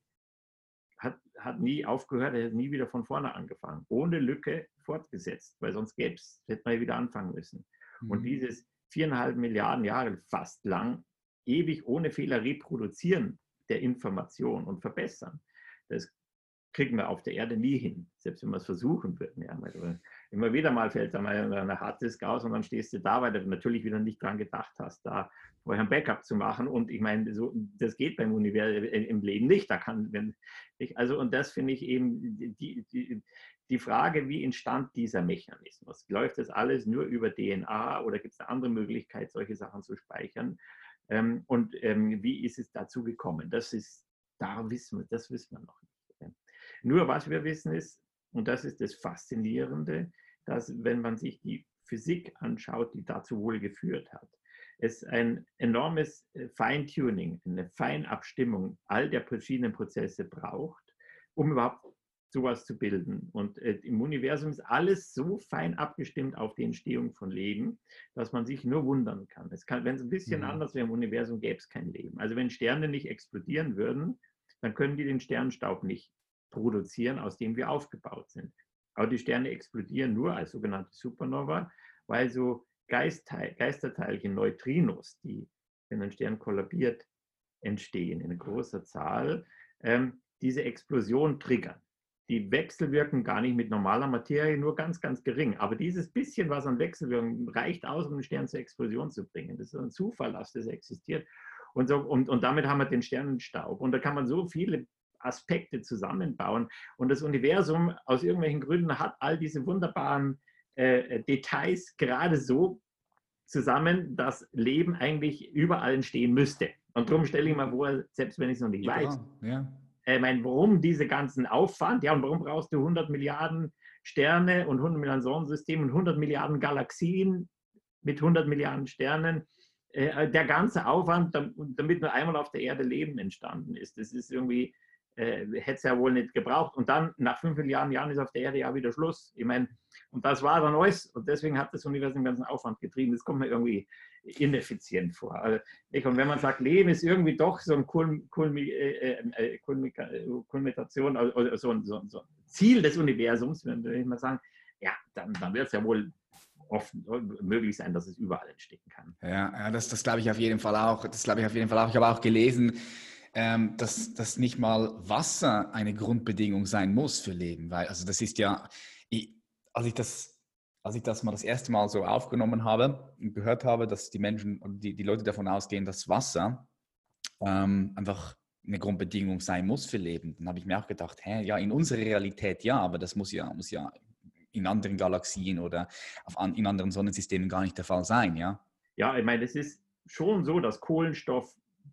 hat, hat nie aufgehört, er hat nie wieder von vorne angefangen. Ohne Lücke fortgesetzt, weil sonst gäbe es, hätte man ja wieder anfangen müssen. Mhm. Und dieses viereinhalb Milliarden Jahre fast lang, ewig ohne Fehler reproduzieren der Information und verbessern, das kriegen wir auf der Erde nie hin, selbst wenn wir es versuchen würden. Ja. Immer wieder mal fällt da mal eine Harddisk aus und dann stehst du da, weil du natürlich wieder nicht dran gedacht hast, da vorher ein Backup zu machen. Und ich meine, so, das geht beim Universum im Leben nicht. Da kann, wenn ich, also, und das finde ich eben die, die, die Frage, wie entstand dieser Mechanismus? Läuft das alles nur über D N A oder gibt es eine andere Möglichkeit, solche Sachen zu speichern? Ähm, und ähm, wie ist es dazu gekommen? Das ist, da wissen wir, das wissen wir noch nicht. Nur was wir wissen ist, und das ist das Faszinierende, dass wenn man sich die Physik anschaut, die dazu wohl geführt hat, es ein enormes Feintuning, eine Feinabstimmung all der verschiedenen Prozesse braucht, um überhaupt sowas zu bilden. Und äh, im Universum ist alles so fein abgestimmt auf die Entstehung von Leben, dass man sich nur wundern kann. Es kann, wenn es ein bisschen mhm. anders wäre im Universum, gäbe es kein Leben. Also wenn Sterne nicht explodieren würden, dann können die den Sternenstaub nicht produzieren, aus dem wir aufgebaut sind. Aber die Sterne explodieren nur als sogenannte Supernova, weil so Geistteil, Geisterteilchen, Neutrinos, die, wenn ein Stern kollabiert, entstehen in großer Zahl, ähm, diese Explosion triggern. Die wechselwirken gar nicht mit normaler Materie, nur ganz, ganz gering. Aber dieses bisschen, was an Wechselwirkung reicht aus, um den Stern zur Explosion zu bringen. Das ist ein Zufall, dass das existiert. Und, so, und, und damit haben wir den Sternenstaub. Und da kann man so viele Aspekte zusammenbauen. Und das Universum aus irgendwelchen Gründen hat all diese wunderbaren äh, Details gerade so zusammen, dass Leben eigentlich überall entstehen müsste. Und darum stelle ich mir vor, selbst wenn ich es noch nicht ja, weiß, ja. äh, mein, warum diese ganzen Aufwand, ja, und warum brauchst du hundert Milliarden Sterne und hundert Milliarden Sonnensysteme und hundert Milliarden Galaxien mit hundert Milliarden Sternen? äh, der ganze Aufwand, damit nur einmal auf der Erde Leben entstanden ist, das ist irgendwie, äh, hätte es ja wohl nicht gebraucht. Und dann nach fünf Milliarden Jahren ist auf der Erde ja wieder Schluss. Ich meine, und das war dann alles. Und deswegen hat das Universum den ganzen Aufwand getrieben. Das kommt mir irgendwie ineffizient vor. Also, und wenn man sagt, Leben ist irgendwie doch so eine Kulm, Kulm, äh, äh, Kulmination, also so ein, so, so ein Ziel des Universums, würde ich mal sagen, ja, dann, dann wird es ja wohl oft möglich sein, dass es überall entstehen kann. Ja, ja das, das glaube ich auf jeden Fall auch. Das glaube ich auf jeden Fall auch. Ich habe auch gelesen, ähm, dass, dass nicht mal Wasser eine Grundbedingung sein muss für Leben, weil also das ist ja, ich, als ich das als ich das mal das erste Mal so aufgenommen habe und gehört habe, dass die Menschen, die, die Leute davon ausgehen, dass Wasser ähm, einfach eine Grundbedingung sein muss für Leben, dann habe ich mir auch gedacht, hä, ja, in unserer Realität ja, aber das muss ja, muss ja in anderen Galaxien oder auf an, in anderen Sonnensystemen gar nicht der Fall sein, ja? Ja, ich meine, es ist schon so, dass Kohlenstoff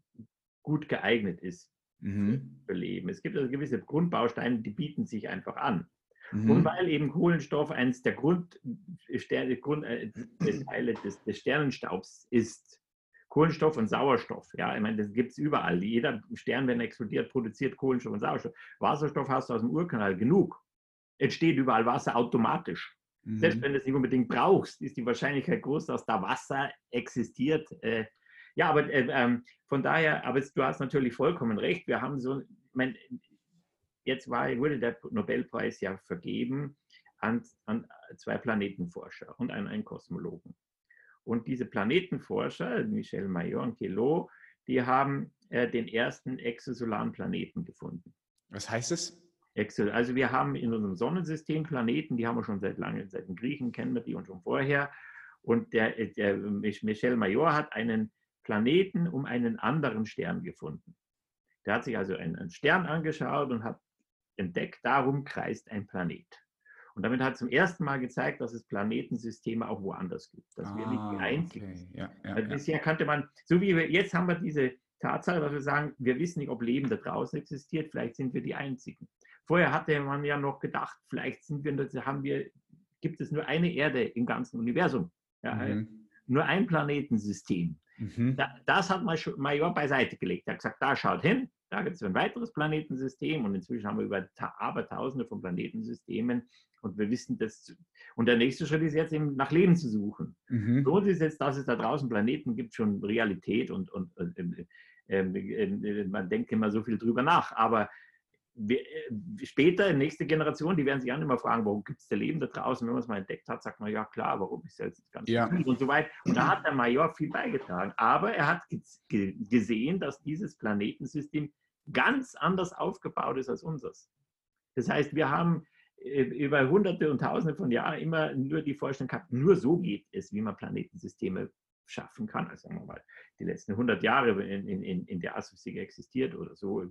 gut geeignet ist mhm. für Leben. Es gibt also gewisse Grundbausteine, die bieten sich einfach an. Mhm. Und weil eben Kohlenstoff eines der Grund, Sterne, Grund, äh, des, des Sternenstaubs ist, Kohlenstoff und Sauerstoff, ja, ich meine, das gibt es überall. Jeder Stern, wenn er explodiert, produziert Kohlenstoff und Sauerstoff. Wasserstoff hast du aus dem Urknall genug. Entsteht überall Wasser automatisch. Mhm. Selbst wenn du es nicht unbedingt brauchst, ist die Wahrscheinlichkeit groß, dass da Wasser existiert. Äh, ja, aber äh, von daher, aber du hast natürlich vollkommen recht. Wir haben so, ich meine, jetzt war, wurde der Nobelpreis ja vergeben an, an zwei Planetenforscher und an einen Kosmologen. Und diese Planetenforscher, Michel Mayor und Queloz, die haben äh, den ersten exosolaren Planeten gefunden. Was heißt es? Also wir haben in unserem Sonnensystem Planeten, die haben wir schon seit langem, seit den Griechen kennen wir die und schon vorher. Und der, der Michel Mayor hat einen Planeten um einen anderen Stern gefunden. Der hat sich also einen, einen Stern angeschaut und hat entdeckt, darum kreist ein Planet. Und damit hat er zum ersten Mal gezeigt, dass es Planetensysteme auch woanders gibt. Dass ah, wir nicht die einzigen okay. sind. Ja, ja, also bisher ja. kannte man, so wie wir, jetzt haben wir diese Tatsache, dass wir sagen, wir wissen nicht, ob Leben da draußen existiert, vielleicht sind wir die Einzigen. Vorher hatte man ja noch gedacht, vielleicht sind wir, haben wir, gibt es nur eine Erde im ganzen Universum. Ja, mhm. Nur ein Planetensystem. Mhm. Da, das hat Mayor beiseite gelegt. Er hat gesagt, da schaut hin, da gibt es ein weiteres Planetensystem und inzwischen haben wir über ta Abertausende von Planetensystemen und wir wissen das. Und der nächste Schritt ist jetzt eben nach Leben zu suchen. Mhm. Für uns ist jetzt, dass es da draußen Planeten gibt, schon Realität und, und, und äh, äh, man denkt immer so viel drüber nach. Aber wir, äh, später, nächste Generation, die werden sich auch immer fragen, warum gibt es da Leben da draußen? Wenn man es mal entdeckt hat, sagt man, ja klar, warum ist das jetzt ganz ja. viel und so weiter. Und da hat der Mayor viel beigetragen. Aber er hat gesehen, dass dieses Planetensystem ganz anders aufgebaut ist als unseres. Das heißt, wir haben über Hunderte und Tausende von Jahren immer nur die Vorstellung gehabt, nur so geht es, wie man Planetensysteme schaffen kann. Also sagen wir mal, die letzten hundert Jahre in, in, in der Astrophysik existiert oder so.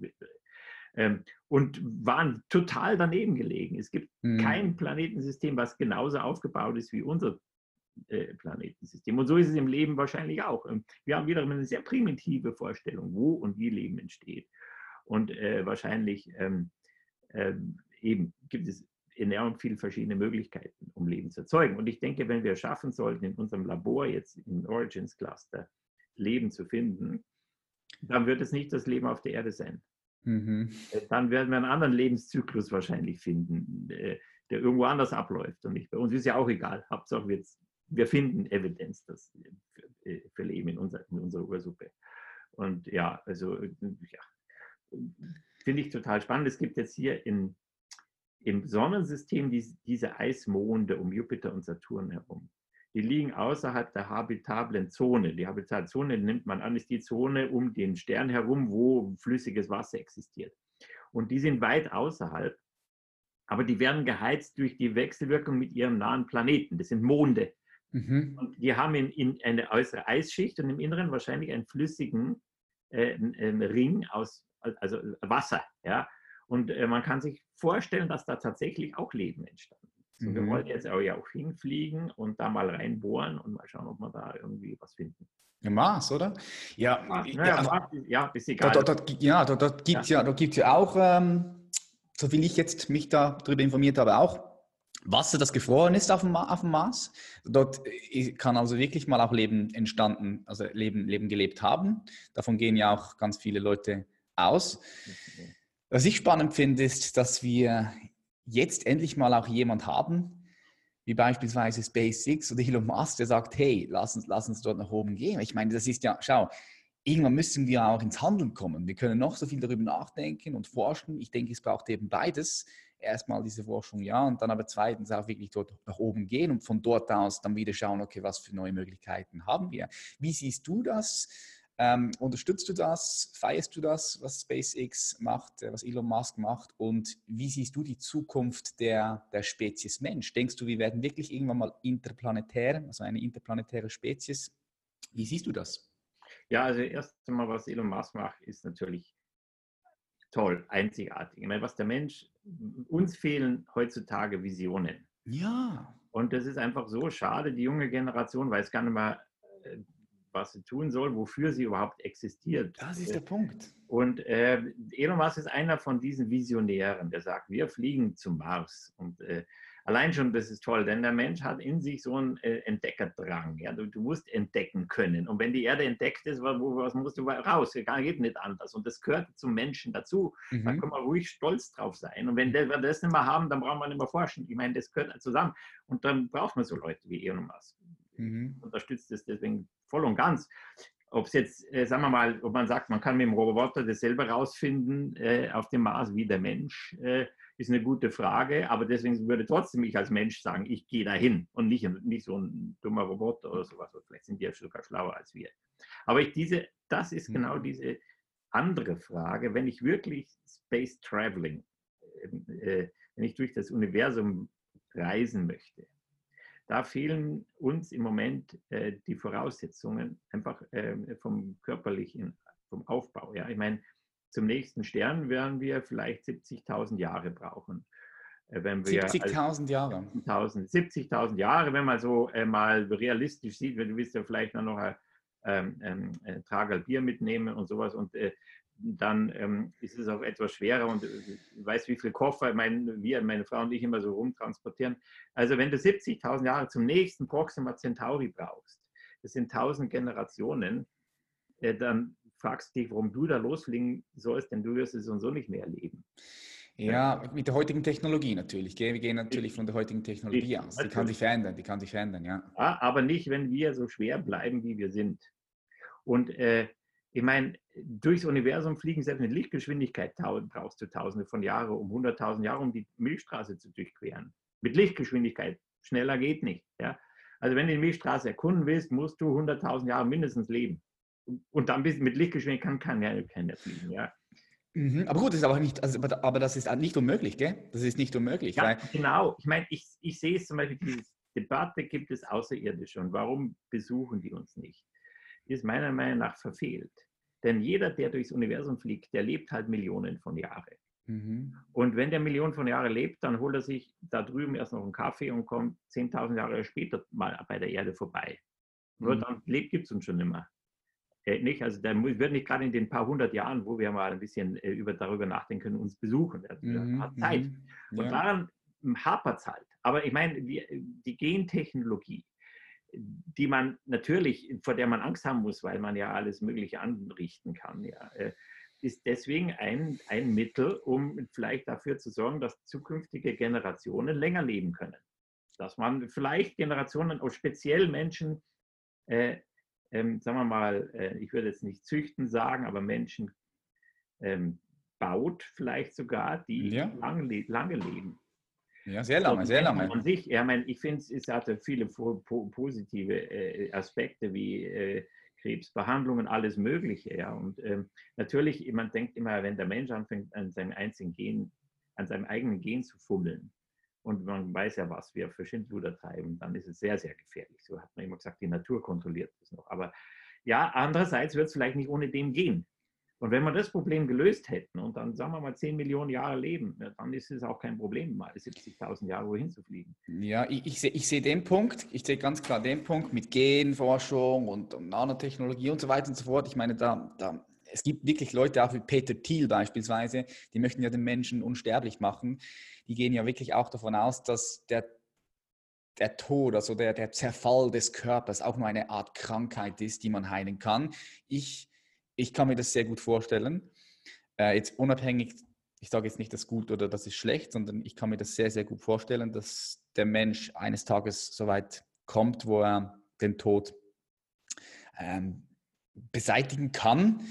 Und waren total daneben gelegen. Es gibt mhm. kein Planetensystem, was genauso aufgebaut ist wie unser äh, Planetensystem. Und so ist es im Leben wahrscheinlich auch. Wir haben wiederum eine sehr primitive Vorstellung, wo und wie Leben entsteht. Und äh, wahrscheinlich ähm, äh, eben gibt es enorm viele verschiedene Möglichkeiten, um Leben zu erzeugen. Und ich denke, wenn wir es schaffen sollten, in unserem Labor jetzt im Origins Cluster Leben zu finden, dann wird es nicht das Leben auf der Erde sein. Mhm. Dann werden wir einen anderen Lebenszyklus wahrscheinlich finden, der irgendwo anders abläuft. Und nicht bei uns ist ja auch egal. Hauptsache wir, wir finden Evidenz das für, für Leben in, unser, in unserer Ursuppe. Und ja, also ja, finde ich total spannend. Es gibt jetzt hier in, im Sonnensystem die, diese Eismonde um Jupiter und Saturn herum. Die liegen außerhalb der habitablen Zone. Die habitable Zone, nimmt man an, ist die Zone um den Stern herum, wo flüssiges Wasser existiert. Und die sind weit außerhalb, aber die werden geheizt durch die Wechselwirkung mit ihrem nahen Planeten. Das sind Monde. Mhm. Und die haben in, in eine äußere Eisschicht und im Inneren wahrscheinlich einen flüssigen äh, einen Ring aus, also Wasser. Ja? Und äh, man kann sich vorstellen, dass da tatsächlich auch Leben entstanden ist. Und wir wollen jetzt auch, ja auch hinfliegen und da mal reinbohren und mal schauen, ob wir da irgendwie was finden. Im Mars, oder? Ja, ah, naja, ja, Mars, ja, ist egal. Dort, dort, dort, ja, dort, dort gibt es ja. ja, ja auch, ähm, so viel ich jetzt mich da darüber informiert habe, auch Wasser, das gefroren ist auf dem, Ma- auf dem Mars. Dort äh, kann also wirklich mal auch Leben entstanden, also Leben, Leben gelebt haben. Davon gehen ja auch ganz viele Leute aus. Was ich spannend finde, ist, dass wir jetzt endlich mal auch jemand haben, wie beispielsweise SpaceX oder Elon Musk, der sagt, hey, lass uns, lass uns dort nach oben gehen. Ich meine, das ist ja, schau, irgendwann müssen wir auch ins Handeln kommen. Wir können noch so viel darüber nachdenken und forschen. Ich denke, es braucht eben beides. Erstmal diese Forschung, ja, und dann aber zweitens auch wirklich dort nach oben gehen und von dort aus dann wieder schauen, okay, was für neue Möglichkeiten haben wir. Wie siehst du das? Ähm, unterstützt du das? Feierst du das, was SpaceX macht, äh, was Elon Musk macht? Und wie siehst du die Zukunft der, der Spezies Mensch? Denkst du, wir werden wirklich irgendwann mal interplanetär, also eine interplanetäre Spezies? Wie siehst du das? Ja, also erst einmal, was Elon Musk macht, ist natürlich toll, einzigartig. Ich meine, was der Mensch, uns fehlen heutzutage Visionen. Ja, Und das ist einfach so schade. Die junge Generation weiß gar nicht mehr, äh, was sie tun soll, wofür sie überhaupt existiert. das ist der Punkt. Und äh, Elon Musk ist einer von diesen Visionären, der sagt, wir fliegen zum Mars. Und äh, allein schon, das ist toll, denn der Mensch hat in sich so einen äh, Entdeckerdrang. Ja? Du, du musst entdecken können. Und wenn die Erde entdeckt ist, wo, was musst du raus? Geht nicht anders. Und das gehört zum Menschen dazu. Mhm. Da können wir ruhig stolz drauf sein. Und wenn wir das nicht mehr haben, dann brauchen wir nicht mehr forschen. Ich meine, das gehört zusammen. Und dann braucht man so Leute wie Elon Musk. Mhm. Unterstützt das deswegen voll und ganz. Ob es jetzt, äh, sagen wir mal, ob man sagt, man kann mit dem Roboter dasselbe rausfinden äh, auf dem Mars wie der Mensch, äh, ist eine gute Frage. Aber deswegen würde trotzdem ich als Mensch sagen, ich gehe dahin und nicht, nicht so ein dummer Roboter oder sowas. Vielleicht sind die ja sogar schlauer als wir. Aber ich diese, das ist genau diese andere Frage, wenn ich wirklich Space Traveling, äh, wenn ich durch das Universum reisen möchte. Da fehlen uns im Moment äh, die Voraussetzungen einfach äh, vom körperlichen, vom Aufbau. Ja? Ich meine, zum nächsten Stern werden wir vielleicht siebzigtausend Jahre brauchen. Äh, wenn wir siebzigtausend Jahre. siebzigtausend Jahre, wenn man so äh, mal realistisch sieht, du willst ja vielleicht noch ein ähm, ähm, Tragerl Bier mitnehmen und sowas und äh, dann ähm, ist es auch etwas schwerer und ich weiß, wie viel Koffer mein, wir, meine Frau und ich immer so rumtransportieren. Also wenn du siebzigtausend Jahre zum nächsten Proxima Centauri brauchst, das sind tausend Generationen, äh, dann fragst du dich, warum du da losfliegen sollst, denn du wirst es und so nicht mehr erleben. Ja, mit der heutigen Technologie natürlich. Gell? Wir gehen natürlich von der heutigen Technologie aus. Die kann sich verändern, die kann sich verändern, ja. Ja, aber nicht, wenn wir so schwer bleiben, wie wir sind. Und äh, ich meine, durchs Universum fliegen, selbst mit Lichtgeschwindigkeit brauchst du Tausende von Jahren, um hunderttausend Jahre, um die Milchstraße zu durchqueren. Mit Lichtgeschwindigkeit. Schneller geht nicht. Ja? Also wenn du die Milchstraße erkunden willst, musst du hunderttausend Jahre mindestens leben. Und dann bist mit Lichtgeschwindigkeit kann keiner, keiner fliegen. Ja? Mhm, aber gut, das ist aber nicht, also, aber, aber das ist nicht unmöglich, gell? Das ist nicht unmöglich. Ja, weil genau. Ich meine, ich, ich sehe es zum Beispiel, diese Debatte, gibt es Außerirdische und warum besuchen die uns nicht? Ist meiner Meinung nach verfehlt. Denn jeder, der durchs Universum fliegt, der lebt halt Millionen von Jahren. Mhm. Und wenn der Millionen von Jahren lebt, dann holt er sich da drüben erst noch einen Kaffee und kommt zehntausend Jahre später mal bei der Erde vorbei. Nur Mhm. dann lebt, gibt es uns schon immer. Äh, nicht? Also da wird nicht gerade in den paar hundert Jahren, wo wir mal ein bisschen äh, über, darüber nachdenken können, uns besuchen. Also, Mhm. hat Zeit. Mhm. Und Ja. daran hapert es halt. Aber ich meine, die, die Gentechnologie, die man natürlich, vor der man Angst haben muss, weil man ja alles Mögliche anrichten kann, ja, ist deswegen ein, ein Mittel, um vielleicht dafür zu sorgen, dass zukünftige Generationen länger leben können. Dass man vielleicht Generationen, auch speziell Menschen, äh, ähm, sagen wir mal, äh, ich würde jetzt nicht züchten sagen, aber Menschen ähm, baut vielleicht sogar, die Ja. lange, lange leben. Ja, sehr lange, sehr lange. An sich, ja, mein, ich finde, es hatte viele po positive äh, Aspekte wie äh, Krebsbehandlungen, alles Mögliche. Ja. Und ähm, natürlich, man denkt immer, wenn der Mensch anfängt, an seinem einzigen Gen, an seinem eigenen Gen zu fummeln, und man weiß ja, was wir für Schindluder treiben, dann ist es sehr, sehr gefährlich. So hat man immer gesagt, die Natur kontrolliert das noch. Aber ja, andererseits wird es vielleicht nicht ohne dem gehen. Und wenn wir das Problem gelöst hätten und dann, sagen wir mal, zehn Millionen Jahre leben, dann ist es auch kein Problem, mal siebzigtausend Jahre wohin zu fliegen. Ja, ich, ich sehe ich seh den Punkt, ich sehe ganz klar den Punkt mit Genforschung und, und Nanotechnologie und so weiter und so fort. Ich meine, da, da es gibt wirklich Leute, auch wie Peter Thiel beispielsweise, die möchten ja den Menschen unsterblich machen. Die gehen ja wirklich auch davon aus, dass der, der Tod, also der, der Zerfall des Körpers auch nur eine Art Krankheit ist, die man heilen kann. Ich, ich kann mir das sehr gut vorstellen. Äh, jetzt unabhängig, ich sage jetzt nicht, das ist gut oder das ist schlecht, sondern ich kann mir das sehr, sehr gut vorstellen, dass der Mensch eines Tages so weit kommt, wo er den Tod ähm, beseitigen kann.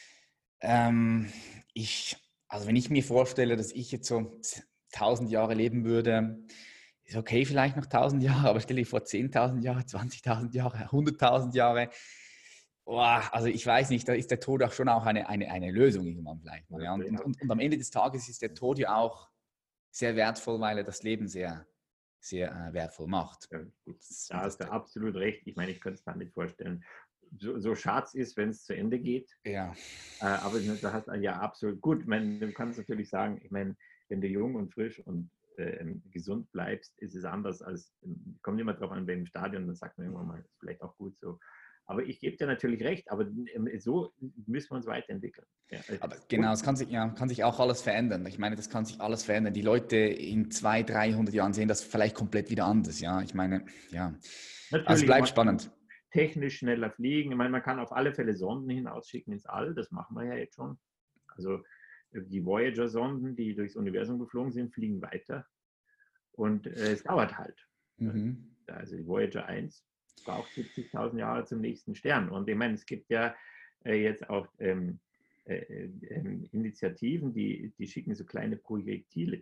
Ähm, ich, also wenn ich mir vorstelle, dass ich jetzt so tausend Jahre leben würde, ist okay vielleicht noch tausend Jahre, aber stelle ich vor zehntausend Jahre, zwanzigtausend Jahre, hunderttausend Jahre. Oh, also ich weiß nicht, da ist der Tod auch schon auch eine, eine, eine Lösung irgendwann vielleicht mal. Ja. Und, und, und, und am Ende des Tages ist der Tod ja auch sehr wertvoll, weil er das Leben sehr, sehr äh, wertvoll macht. Ja, da hast du absolut recht. Ich meine, ich könnte es mir nicht vorstellen. So, so schade es ist, wenn es zu Ende geht. Ja. Äh, aber da hast du ja absolut gut. Ich meine, du kannst natürlich sagen, ich meine, wenn du jung und frisch und äh, gesund bleibst, ist es anders als, kommt immer drauf an, beim Stadion, dann sagt man irgendwann mal, ist vielleicht auch gut so. Aber ich gebe dir natürlich recht, aber so müssen wir uns weiterentwickeln. Ja, aber genau, es kann sich, ja, kann sich auch alles verändern. Ich meine, das kann sich alles verändern. Die Leute in zweihundert, dreihundert Jahren sehen das vielleicht komplett wieder anders. Ja, ich meine, ja. Natürlich, also bleibt spannend. Technisch schneller fliegen. Ich meine, man kann auf alle Fälle Sonden hinausschicken ins All. Das machen wir ja jetzt schon. Also die Voyager-Sonden, die durchs Universum geflogen sind, fliegen weiter. Und äh, es dauert halt. Mhm. Also die Voyager eins braucht siebzigtausend Jahre zum nächsten Stern. Und ich meine, es gibt ja äh, jetzt auch ähm, äh, äh, Initiativen, die, die schicken so kleine Projektile.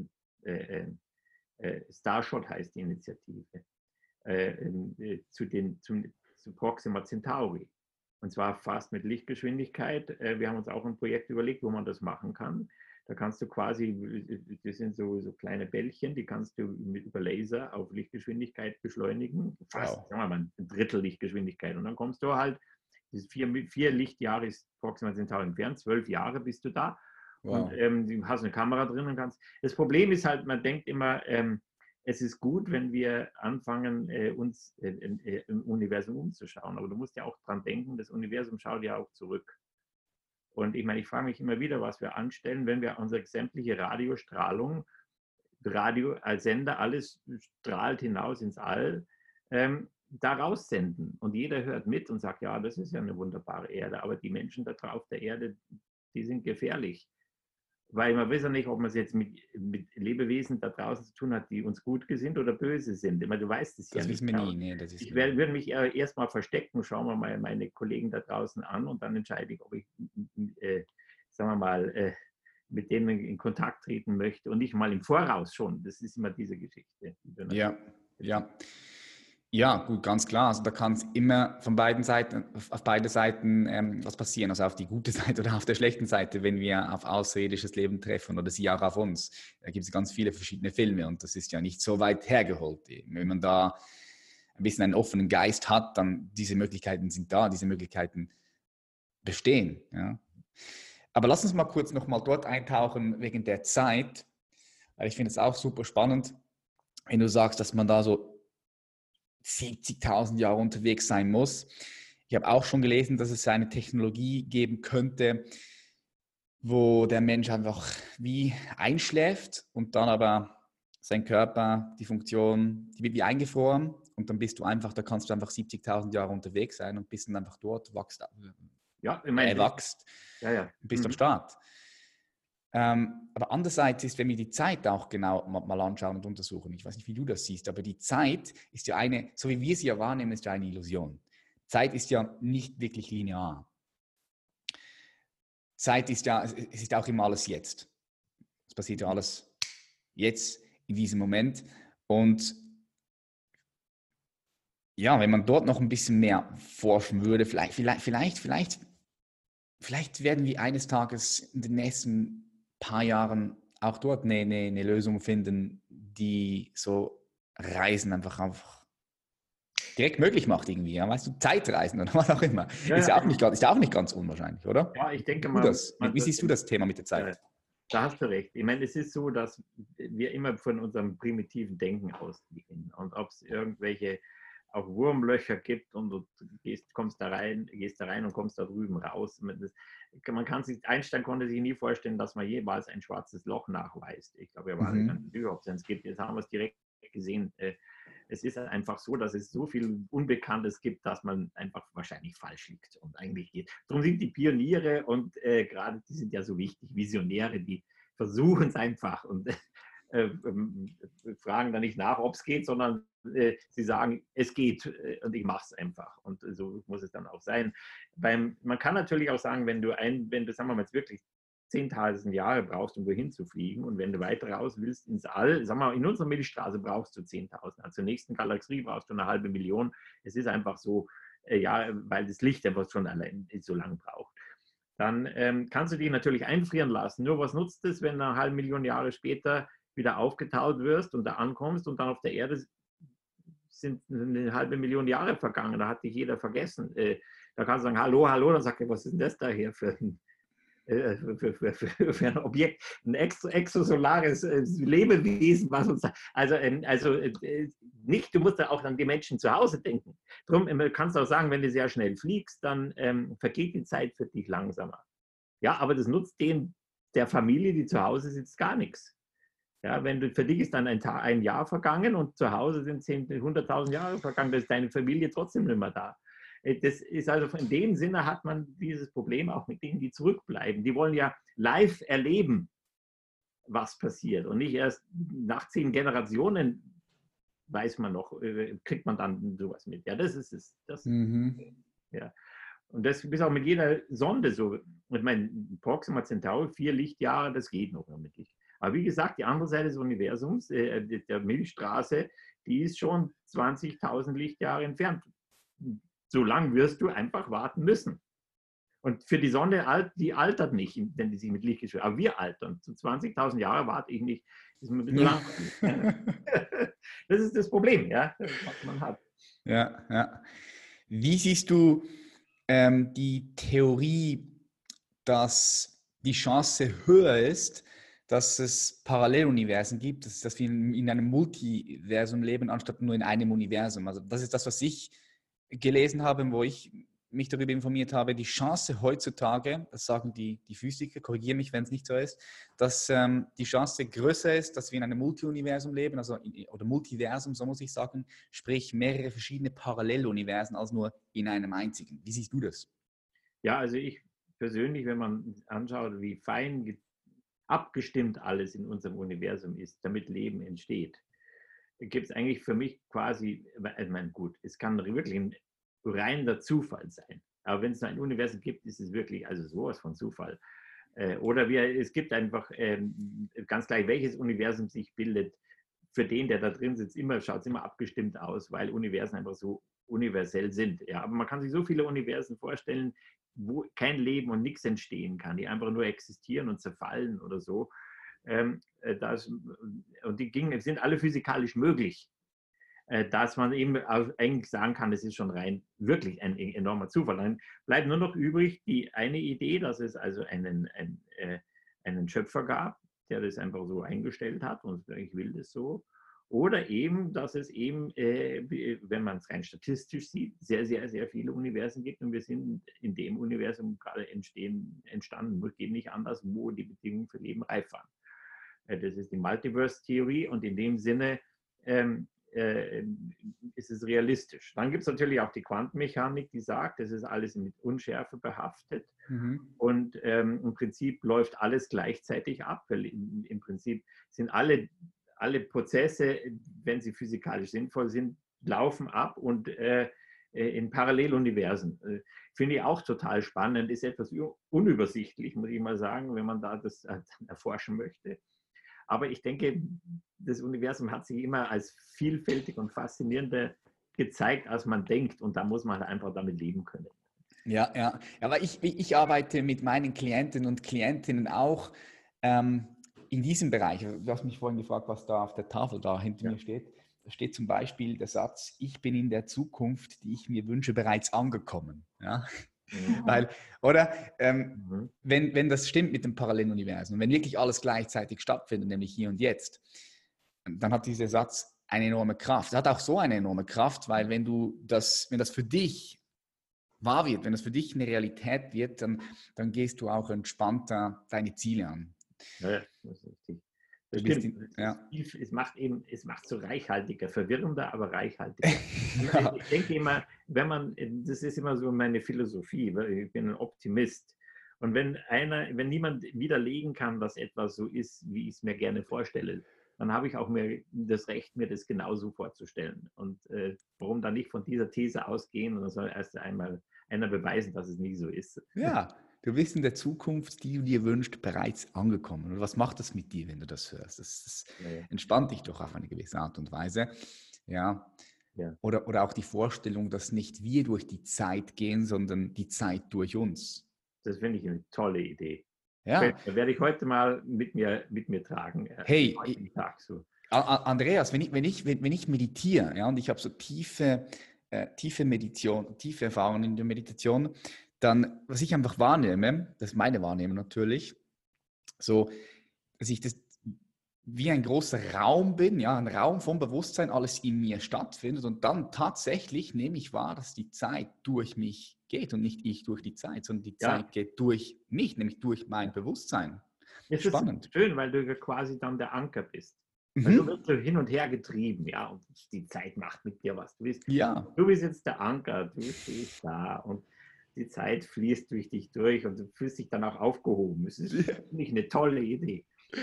Äh, äh, Starshot heißt die Initiative. Äh, äh, zu, den, zum, zu Proxima Centauri. Und zwar fast mit Lichtgeschwindigkeit. Äh, wir haben uns auch ein Projekt überlegt, wo man das machen kann. Da kannst du quasi, das sind so, so kleine Bällchen, die kannst du mit, über Laser auf Lichtgeschwindigkeit beschleunigen. Fast, wow. Sagen wir mal, ein Drittel Lichtgeschwindigkeit. Und dann kommst du halt, vier, vier Lichtjahre ist Proxima Centauri entfernt, zwölf Jahre bist du da. Wow. Und ähm, du hast eine Kamera drin und kannst. Das Problem ist halt, man denkt immer, ähm, es ist gut, wenn wir anfangen, äh, uns äh, äh, im Universum umzuschauen. Aber du musst ja auch dran denken, das Universum schaut ja auch zurück. Und ich meine, ich frage mich immer wieder, was wir anstellen, wenn wir unsere sämtliche Radiostrahlung, Radio als Sender, alles strahlt hinaus ins All, ähm, da raussenden. Und jeder hört mit und sagt, ja, das ist ja eine wunderbare Erde. Aber die Menschen da drauf der Erde, die sind gefährlich. Weil man weiß ja nicht, ob man es jetzt mit, mit Lebewesen da draußen zu tun hat, die uns gut gesinnt oder böse sind. Ich meine, du weißt es ja nicht. Das wissen wir nie. Nee, das ist ich wär, würde mich erstmal verstecken, schauen wir mal meine Kollegen da draußen an und dann entscheide ich, ob ich, äh, sagen wir mal, äh, mit denen in Kontakt treten möchte und nicht mal im Voraus schon. Das ist immer diese Geschichte. Die ja, ja. Ja, gut, ganz klar. Also da kann es immer von beiden Seiten, auf beide Seiten ähm, was passieren. Also auf die gute Seite oder auf der schlechten Seite, wenn wir auf außerirdisches Leben treffen oder sie auch auf uns. Da gibt es ganz viele verschiedene Filme und das ist ja nicht so weit hergeholt. Wenn man da ein bisschen einen offenen Geist hat, dann diese Möglichkeiten sind da, diese Möglichkeiten bestehen. Ja. Aber lass uns mal kurz nochmal dort eintauchen wegen der Zeit, weil ich finde es auch super spannend, wenn du sagst, dass man da so siebzigtausend Jahre unterwegs sein muss. Ich habe auch schon gelesen, dass es eine Technologie geben könnte, wo der Mensch einfach wie einschläft und dann aber sein Körper, die Funktion, die wird wie eingefroren und dann bist du einfach, da kannst du einfach siebzigtausend Jahre unterwegs sein und bist dann einfach dort, wachst, ja, ich meine, äh, wachst ja, ja. und bist mhm. am Start. Ähm, aber andererseits ist, wenn wir die Zeit auch genau mal anschauen und untersuchen, ich weiß nicht, wie du das siehst, aber die Zeit ist ja eine, so wie wir sie ja wahrnehmen, ist ja eine Illusion. Zeit ist ja nicht wirklich linear. Zeit ist ja, es ist auch immer alles jetzt. Es passiert ja alles jetzt, in diesem Moment. Und ja, wenn man dort noch ein bisschen mehr forschen würde, vielleicht, vielleicht, vielleicht, vielleicht, vielleicht werden wir eines Tages in den nächsten paar Jahren auch dort eine, eine, eine Lösung finden, die so Reisen einfach, einfach direkt möglich macht irgendwie. Ja? Weißt du, Zeitreisen oder was auch immer. Ja, ist, ja auch nicht, ist ja auch nicht ganz unwahrscheinlich, oder? Ja, ich denke wie mal. Das, wie, wie siehst du das Thema mit der Zeit? Ja, da hast du recht. Ich meine, es ist so, dass wir immer von unserem primitiven Denken ausgehen. Und ob es irgendwelche auch Wurmlöcher gibt und du gehst, kommst da rein, gehst da rein und kommst da drüben raus. Das, man kann sich, Einstein konnte sich nie vorstellen, dass man jeweils ein schwarzes Loch nachweist. Ich glaube, er war mhm. ganz überhaupt, es gibt. Jetzt haben wir es direkt gesehen. Es ist einfach so, dass es so viel Unbekanntes gibt, dass man einfach wahrscheinlich falsch liegt und eigentlich geht. Darum sind die Pioniere und äh, gerade die sind ja so wichtig, Visionäre, die versuchen es einfach und äh, äh, fragen dann nicht nach, ob es geht, sondern äh, sie sagen, es geht äh, und ich mache es einfach. Und äh, so muss es dann auch sein. Beim, man kann natürlich auch sagen, wenn du ein, wenn du, sagen wir mal, jetzt wirklich zehntausend Jahre brauchst, um wohin zu fliegen. Und wenn du weiter raus willst ins All, sag mal, in unserer Milchstraße brauchst du zehntausend. Also zur nächsten Galaxie brauchst du eine halbe Million. Es ist einfach so, äh, ja, weil das Licht einfach schon allein so lang braucht. Dann ähm, kannst du dich natürlich einfrieren lassen. Nur was nutzt es, wenn du eine halbe Million Jahre später wieder aufgetaut wirst und da ankommst und dann auf der Erde sind eine halbe Million Jahre vergangen. Da hat dich jeder vergessen. Äh, da kannst du sagen, hallo, hallo. Dann sagt er, was ist denn das da hier für ein Für, für, für, für ein Objekt, ein exosolares Lebewesen, was uns, also, also nicht, du musst ja auch an die Menschen zu Hause denken. Darum kannst du auch sagen, wenn du sehr schnell fliegst, dann ähm, vergeht die Zeit für dich langsamer. Ja, aber das nutzt den, der Familie, die zu Hause sitzt, gar nichts. Ja, wenn du, für dich ist dann ein, Tag, ein Jahr vergangen und zu Hause sind hunderttausend Jahre vergangen, dann ist deine Familie trotzdem nicht mehr da. Das ist also in dem Sinne hat man dieses Problem auch mit denen, die zurückbleiben. Die wollen ja live erleben, was passiert und nicht erst nach zehn Generationen weiß man noch, kriegt man dann sowas mit. Ja, das ist es. Das, mhm. ja. Und das ist auch mit jeder Sonde so. Mit meinem Proxima Centauri, vier Lichtjahre, das geht noch mit Licht. Aber wie gesagt, die andere Seite des Universums, äh, der Milchstraße, die ist schon zwanzigtausend Lichtjahre entfernt. So lange wirst du einfach warten müssen. Und für die Sonne, die altert nicht, wenn die sich mit Licht geschwindet. Aber wir altern. Zu zwanzigtausend Jahre warte ich nicht. Das ist mir ein bisschen ja. lang. Das ist das Problem, ja, was man hat. Ja, ja. Wie siehst du ähm, die Theorie, dass die Chance höher ist, dass es Paralleluniversen gibt, dass, dass wir in, in einem Multiversum leben, anstatt nur in einem Universum? Also das ist das, was ich gelesen habe, wo ich mich darüber informiert habe, die Chance heutzutage, das sagen die, die Physiker, korrigiere mich, wenn es nicht so ist, dass ähm, die Chance größer ist, dass wir in einem Multiuniversum leben, also in, oder Multiversum, so muss ich sagen, sprich mehrere verschiedene Paralleluniversen als nur in einem einzigen. Wie siehst du das? Ja, also ich persönlich, wenn man anschaut, wie fein abgestimmt alles in unserem Universum ist, damit Leben entsteht, gibt es eigentlich für mich quasi, ich meine, gut, es kann wirklich ein reiner Zufall sein. Aber wenn es ein Universum gibt, ist es wirklich also sowas von Zufall. Oder wir, es gibt einfach ähm, ganz gleich, welches Universum sich bildet, für den, der da drin sitzt, immer, schaut es immer abgestimmt aus, weil Universen einfach so universell sind. Ja, aber man kann sich so viele Universen vorstellen, wo kein Leben und nichts entstehen kann, die einfach nur existieren und zerfallen oder so. Ähm, das, und die Dinge sind alle physikalisch möglich, äh, dass man eben eigentlich sagen kann, das ist schon rein wirklich ein enormer Zufall. Dann bleibt nur noch übrig die eine Idee, dass es also einen, einen, äh, einen Schöpfer gab, der das einfach so eingestellt hat und ich will das so. Oder eben, dass es eben, äh, wenn man es rein statistisch sieht, sehr, sehr, sehr viele Universen gibt und wir sind in dem Universum gerade entstehen, entstanden, geht nicht anders, wo die Bedingungen für Leben reif waren. Das ist die Multiverse-Theorie und in dem Sinne ähm, äh, ist es realistisch. Dann gibt es natürlich auch die Quantenmechanik, die sagt, das ist alles mit Unschärfe behaftet mhm. und ähm, im Prinzip läuft alles gleichzeitig ab. Weil im, im Prinzip sind alle, alle Prozesse, wenn sie physikalisch sinnvoll sind, laufen ab und äh, in Paralleluniversen. Äh, finde ich auch total spannend, ist etwas unübersichtlich, muss ich mal sagen, wenn man da das äh, erforschen möchte. Aber ich denke, das Universum hat sich immer als vielfältig und faszinierender gezeigt, als man denkt. Und da muss man einfach damit leben können. Ja, ja. Aber ich, ich arbeite mit meinen Klienten und Klientinnen auch ähm, in diesem Bereich. Du hast mich vorhin gefragt, was da auf der Tafel da hinter ja. mir steht. Da steht zum Beispiel der Satz, ich bin in der Zukunft, die ich mir wünsche, bereits angekommen. Ja? Mhm. Weil, oder, ähm, mhm. wenn, wenn das stimmt mit dem Paralleluniversum, wenn wirklich alles gleichzeitig stattfindet, nämlich hier und jetzt, dann hat dieser Satz eine enorme Kraft. Es hat auch so eine enorme Kraft, weil wenn du das, wenn das für dich wahr wird, wenn das für dich eine Realität wird, dann, dann gehst du auch entspannter deine Ziele an. Ja, das ist richtig. Das Du bist stimmt. in, Es, ja. ist, es macht eben, es macht so reichhaltiger, verwirrender, aber reichhaltiger. Ja. Ich denke immer, wenn man, das ist immer so meine Philosophie, weil ich bin ein Optimist. Und wenn einer, wenn niemand widerlegen kann, dass etwas so ist, wie ich es mir gerne vorstelle, dann habe ich auch mehr das Recht, mir das genauso vorzustellen. Und äh, warum dann nicht von dieser These ausgehen, und dann soll erst einmal einer beweisen, dass es nicht so ist. Ja, du bist in der Zukunft, die du dir wünschst, bereits angekommen. Und was macht das mit dir, wenn du das hörst? Das, das Ja, ja. entspannt dich doch auf eine gewisse Art und Weise. Ja. Ja. Oder, oder auch die Vorstellung, dass nicht wir durch die Zeit gehen, sondern die Zeit durch uns. Das finde ich eine tolle Idee. Ja. Da werde ich heute mal mit mir, mit mir tragen. äh, Hey, den heutigen Tag so. A- A- Andreas, wenn ich, wenn ich, wenn, wenn ich meditiere, ja, und ich habe so tiefe, äh, tiefe Meditation, tiefe Erfahrungen in der Meditation, dann, was ich einfach wahrnehme, das ist meine Wahrnehmung natürlich, so, dass ich das wie ein großer Raum bin, ja, ein Raum vom Bewusstsein, alles in mir stattfindet und dann tatsächlich nehme ich wahr, dass die Zeit durch mich geht und nicht ich durch die Zeit, sondern die Ja. Zeit geht durch mich, nämlich durch mein Bewusstsein. Es Spannend. ist schön, weil du ja quasi dann der Anker bist. Mhm. Weil du wirst so hin und her getrieben, ja, und die Zeit macht mit dir was. Du bist, Ja. du bist jetzt der Anker, du stehst da und die Zeit fließt durch dich durch und du fühlst dich dann auch aufgehoben. Das ist Ja. nicht eine tolle Idee.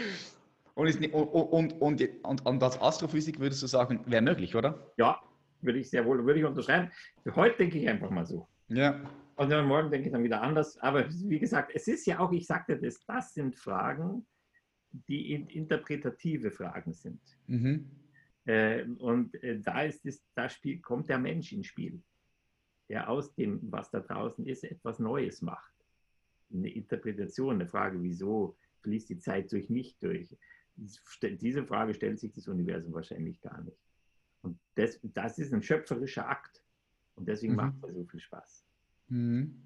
Und, ist nicht, und, und, und, und, und als Astrophysik würdest du sagen, wäre möglich, oder? Ja, würde ich sehr wohl, würde ich unterschreiben. Für heute denke ich einfach mal so. Ja. Und dann morgen denke ich dann wieder anders. Aber wie gesagt, es ist ja auch, ich sagte das, das sind Fragen, die interpretative Fragen sind. Mhm. Äh, und äh, da, ist es, da spiel, kommt der Mensch ins Spiel, der aus dem, was da draußen ist, etwas Neues macht. Eine Interpretation, eine Frage, wieso fließt die Zeit durch mich durch? Diese Frage stellt sich das Universum wahrscheinlich gar nicht. Und das, das ist ein schöpferischer Akt. Und deswegen Mhm. macht es so viel Spaß. Mhm.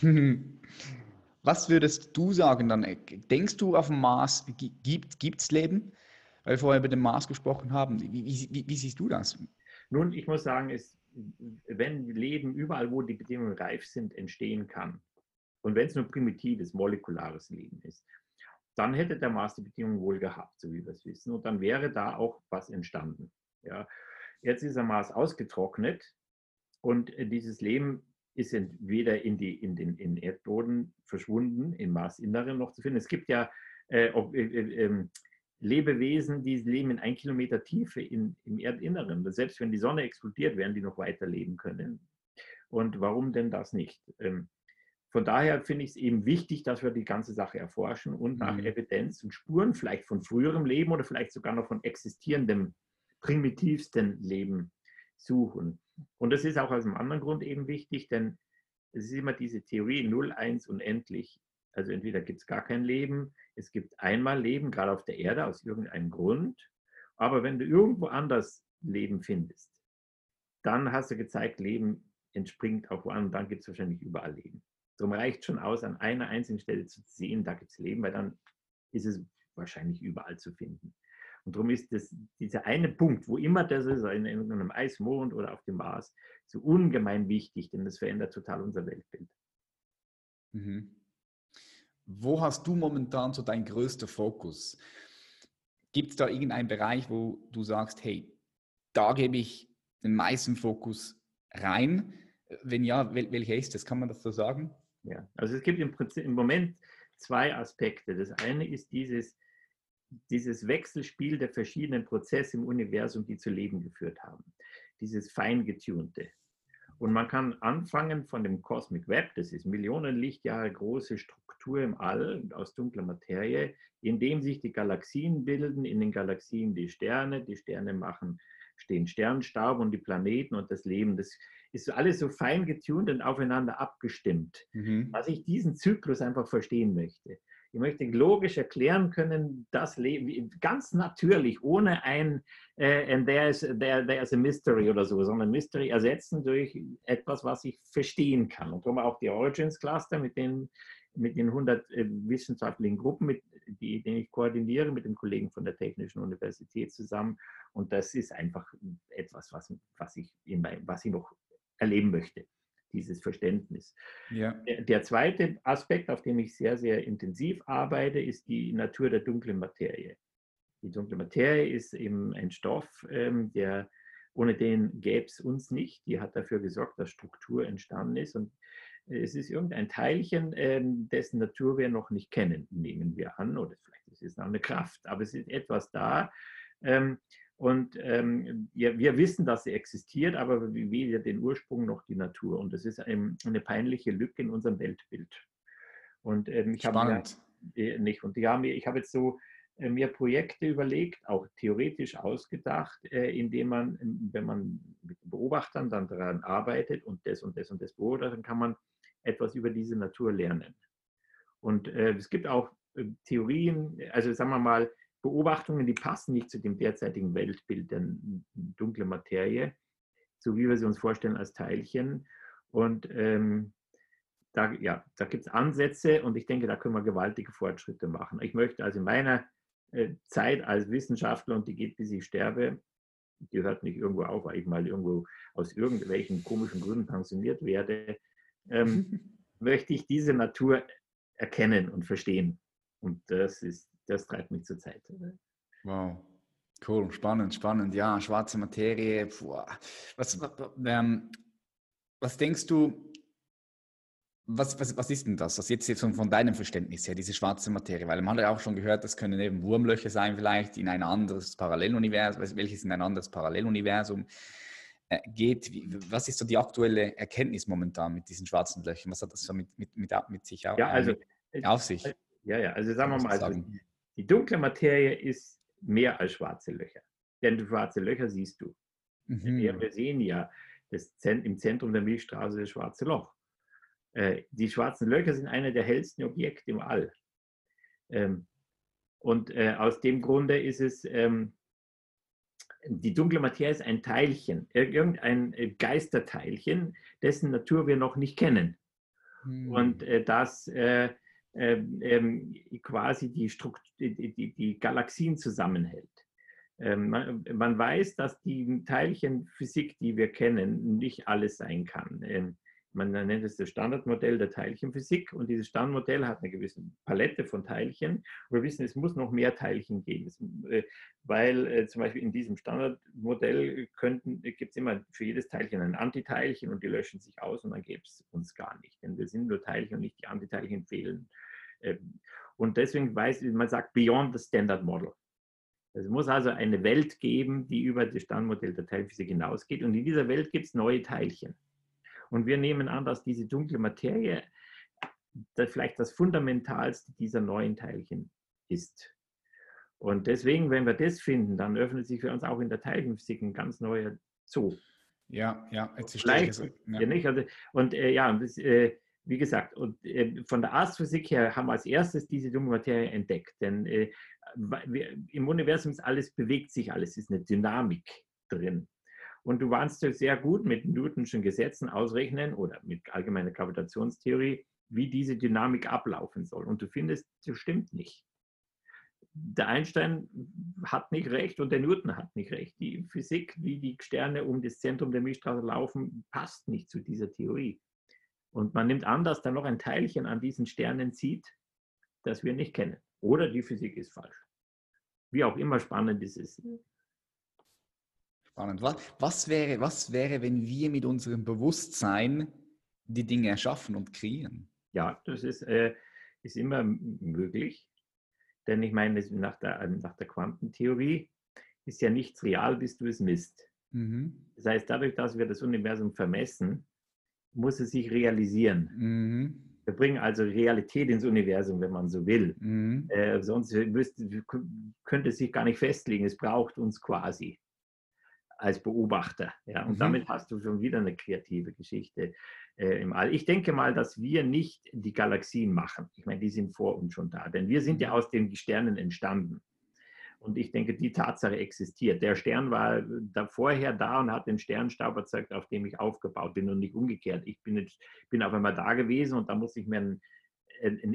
Was würdest du sagen dann? Denkst du, auf dem Mars gibt es Leben? Weil wir vorher über den Mars gesprochen haben. Wie, wie, wie, wie siehst du das? Nun, ich muss sagen, es, wenn Leben überall, wo die Bedingungen reif sind, entstehen kann, und wenn es nur primitives, molekulares Leben ist, dann hätte der Mars die Bedingungen wohl gehabt, so wie wir es wissen. Und dann wäre da auch was entstanden. Ja. Jetzt ist der Mars ausgetrocknet und dieses Leben ist entweder in, die, in den in Erdboden verschwunden, im Marsinneren noch zu finden. Es gibt ja äh, ob, äh, äh, Lebewesen, die leben in ein Kilometer Tiefe in, im Erdinneren. Selbst wenn die Sonne explodiert, werden die noch weiterleben können. Und warum denn das nicht? Ähm, Von daher finde ich es eben wichtig, dass wir die ganze Sache erforschen und nach Mhm. Evidenz und Spuren, vielleicht von früherem Leben oder vielleicht sogar noch von existierendem, primitivsten Leben suchen. Und das ist auch aus einem anderen Grund eben wichtig, denn es ist immer diese Theorie null, eins, unendlich. Also entweder gibt es gar kein Leben, es gibt einmal Leben, gerade auf der Erde, aus irgendeinem Grund. Aber wenn du irgendwo anders Leben findest, dann hast du gezeigt, Leben entspringt auch woanders, dann gibt es wahrscheinlich überall Leben. Darum reicht schon aus, an einer einzigen Stelle zu sehen, da gibt es Leben, weil dann ist es wahrscheinlich überall zu finden. Und darum ist das, dieser eine Punkt, wo immer das ist, in einem Eismond oder auf dem Mars, so ungemein wichtig, denn das verändert total unser Weltbild. Mhm. Wo hast du momentan so dein größter Fokus? Gibt es da irgendeinen Bereich, wo du sagst, hey, da gebe ich den meisten Fokus rein? Wenn ja, wel welcher ist das? Kann man das so sagen? Ja, also es gibt im, Prinzip, im Moment zwei Aspekte. Das eine ist dieses, dieses Wechselspiel der verschiedenen Prozesse im Universum, die zu Leben geführt haben. Dieses feingetunte. Und man kann anfangen von dem Cosmic Web, das ist Millionen Lichtjahre große Struktur im All aus dunkler Materie, in dem sich die Galaxien bilden, in den Galaxien die Sterne, die Sterne machen, stehen Sternstaub und die Planeten und das Leben. Das ist alles so fein getunt und aufeinander abgestimmt, Mhm. dass ich diesen Zyklus einfach verstehen möchte. Ich möchte logisch erklären können, das Leben ganz natürlich, ohne ein äh, and there's, there, there's a mystery oder so, sondern Mystery ersetzen durch etwas, was ich verstehen kann. Und darum auch die Origins Cluster, mit denen mit den hundert äh, wissenschaftlichen Gruppen, mit, die, die ich koordiniere, mit den Kollegen von der Technischen Universität zusammen. Und das ist einfach etwas, was, was, ich, in mein, was ich noch erleben möchte, dieses Verständnis. Ja. Der, der zweite Aspekt, auf dem ich sehr, sehr intensiv arbeite, ist die Natur der dunklen Materie. Die dunkle Materie ist eben ein Stoff, ähm, der, ohne den gäbe es uns nicht. Die hat dafür gesorgt, dass Struktur entstanden ist. Und es ist irgendein Teilchen, ähm, dessen Natur wir noch nicht kennen, nehmen wir an. Oder vielleicht ist es noch eine Kraft, aber es ist etwas da. Ähm, und ähm, wir, wir wissen, dass sie existiert, aber weder den Ursprung noch die Natur. Und das ist ein, eine peinliche Lücke in unserem Weltbild. Und ähm, ich habe ja äh, nicht. Und die haben, ich habe jetzt so äh, mir Projekte überlegt, auch theoretisch ausgedacht, äh, indem man, wenn man mit Beobachtern dann daran arbeitet und das und das und das beobachtet, dann kann man etwas über diese Natur lernen. Und äh, es gibt auch äh, Theorien, also sagen wir mal, Beobachtungen, die passen nicht zu dem derzeitigen Weltbild der dunklen Materie, so wie wir sie uns vorstellen als Teilchen. Und ähm, da, ja, da gibt es Ansätze und ich denke, da können wir gewaltige Fortschritte machen. Ich möchte also in meiner äh, Zeit als Wissenschaftler, und die geht bis ich sterbe, die hört nicht irgendwo auf, weil ich mal irgendwo aus irgendwelchen komischen Gründen pensioniert werde, ähm, möchte ich diese Natur erkennen und verstehen. Und das ist, das treibt mich zurzeit. Wow. Cool, spannend, spannend. Ja, schwarze Materie. Puh. Was, ähm, was denkst du, was, was, was ist denn das? Was jetzt, jetzt von deinem Verständnis her, diese schwarze Materie? Weil man hat ja auch schon gehört, das können eben Wurmlöcher sein, vielleicht in ein anderes Paralleluniversum, welches in ein anderes Paralleluniversum äh, geht. Wie, was ist so die aktuelle Erkenntnis momentan mit diesen schwarzen Löchern? Was hat das so mit, mit, mit, mit sich Ja, äh, also, mit auf sich? ja, ja, also sagen wir mal, also Sagen. die dunkle Materie ist mehr als schwarze Löcher. Denn schwarze Löcher siehst du. Mhm. Ja, wir sehen ja das Zent im Zentrum der Milchstraße das schwarze Loch. Äh, die schwarzen Löcher sind einer der hellsten Objekte im All. Ähm, und äh, aus dem Grunde ist es, ähm, die dunkle Materie ist ein Teilchen, irgendein Geisterteilchen, dessen Natur wir noch nicht kennen. Mhm. Und äh, das äh, äh, quasi die, Struktur, die, die, die Galaxien zusammenhält. Man, man weiß, dass die Teilchenphysik, die wir kennen, nicht alles sein kann. Man nennt es das Standardmodell der Teilchenphysik und dieses Standardmodell hat eine gewisse Palette von Teilchen. Wir wissen, es muss noch mehr Teilchen geben, weil zum Beispiel in diesem Standardmodell gibt es immer für jedes Teilchen ein Antiteilchen und die löschen sich aus und dann gäbe es uns gar nicht, denn wir sind nur Teilchen und nicht die Antiteilchen fehlen. Und deswegen weiß man, sagt Beyond the Standard Model. Es muss also eine Welt geben, die über das Standardmodell der Teilchenphysik hinausgeht. Und in dieser Welt gibt es neue Teilchen. Und wir nehmen an, dass diese dunkle Materie das vielleicht das Fundamentalste dieser neuen Teilchen ist. Und deswegen, wenn wir das finden, dann öffnet sich für uns auch in der Teilchenphysik ein ganz neuer Zoo. Ja, ja, jetzt verstehe ich es. Ja. Ja, nicht? Also, und äh, ja, das, äh, wie gesagt, und äh, von der Astrophysik her haben wir als erstes diese dunkle Materie entdeckt. Denn äh, wir, im Universum ist alles, bewegt sich alles, ist eine Dynamik drin. Und du kannst sehr gut mit Newtonschen Gesetzen ausrechnen oder mit allgemeiner Gravitationstheorie, wie diese Dynamik ablaufen soll. Und du findest, das stimmt nicht. Der Einstein hat nicht recht und der Newton hat nicht recht. Die Physik, wie die Sterne um das Zentrum der Milchstraße laufen, passt nicht zu dieser Theorie. Und man nimmt an, dass da noch ein Teilchen an diesen Sternen zieht, das wir nicht kennen. Oder die Physik ist falsch. Wie auch immer spannend ist es. Spannend. Was, was, wäre, was wäre, wenn wir mit unserem Bewusstsein die Dinge erschaffen und kreieren? Ja, das ist, äh, ist immer möglich. Denn ich meine, nach der, nach der Quantentheorie ist ja nichts real, bis du es misst. Mhm. Das heißt, dadurch, dass wir das Universum vermessen, muss es sich realisieren. Mhm. Wir bringen also Realität ins Universum, wenn man so will. Mhm. Äh, sonst müsste, könnte es sich gar nicht festlegen. Es braucht uns quasi als Beobachter. Ja? Und mhm. damit hast du schon wieder eine kreative Geschichte äh, im All. Ich denke mal, dass wir nicht die Galaxien machen. Ich meine, die sind vor uns schon da. Denn wir sind ja aus den Sternen entstanden. Und ich denke, die Tatsache existiert. Der Stern war da vorher da und hat den Sternstaub erzeugt, auf dem ich aufgebaut bin und nicht umgekehrt. Ich bin, jetzt, bin auf einmal da gewesen und da muss ich mir einen, ein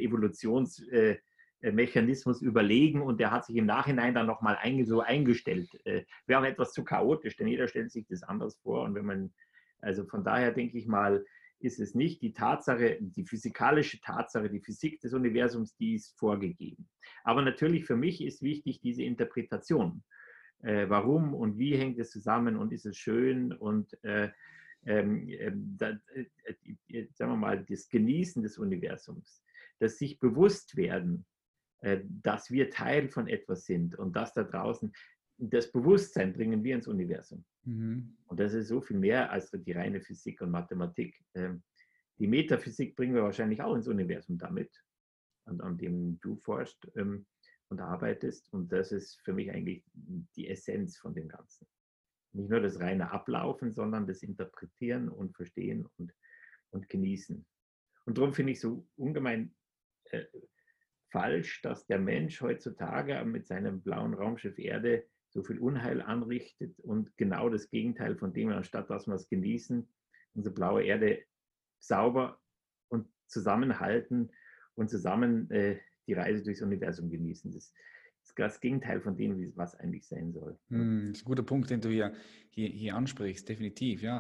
Evolutionsmechanismus überlegen und der hat sich im Nachhinein dann nochmal so eingestellt. Wäre auch etwas zu chaotisch, denn jeder stellt sich das anders vor. Und wenn man, also von daher denke ich mal, ist es nicht die Tatsache, die physikalische Tatsache, die Physik des Universums, die ist vorgegeben. Aber natürlich für mich ist wichtig diese Interpretation. Äh, warum und wie hängt es zusammen und ist es schön und äh, ähm, äh, da, äh, sagen wir mal, das Genießen des Universums, das sich bewusst werden, äh, dass wir Teil von etwas sind und dass da draußen, das Bewusstsein bringen wir ins Universum. Mhm. Und das ist so viel mehr als die reine Physik und Mathematik. Ähm, die Metaphysik bringen wir wahrscheinlich auch ins Universum damit, an, an dem du forschst ähm, und arbeitest. Und das ist für mich eigentlich die Essenz von dem Ganzen. Nicht nur das reine Ablaufen, sondern das Interpretieren und Verstehen und, und Genießen. Und darum finde ich so ungemein äh, falsch, dass der Mensch heutzutage mit seinem blauen Raumschiff Erde so viel Unheil anrichtet und genau das Gegenteil von dem, anstatt dass wir es genießen, unsere blaue Erde sauber und zusammenhalten und zusammen äh, die Reise durchs Universum genießen. Das ist das Gegenteil von dem, was eigentlich sein soll. Mm, das ist ein guter Punkt, den du hier, hier, hier ansprichst, definitiv. Ja.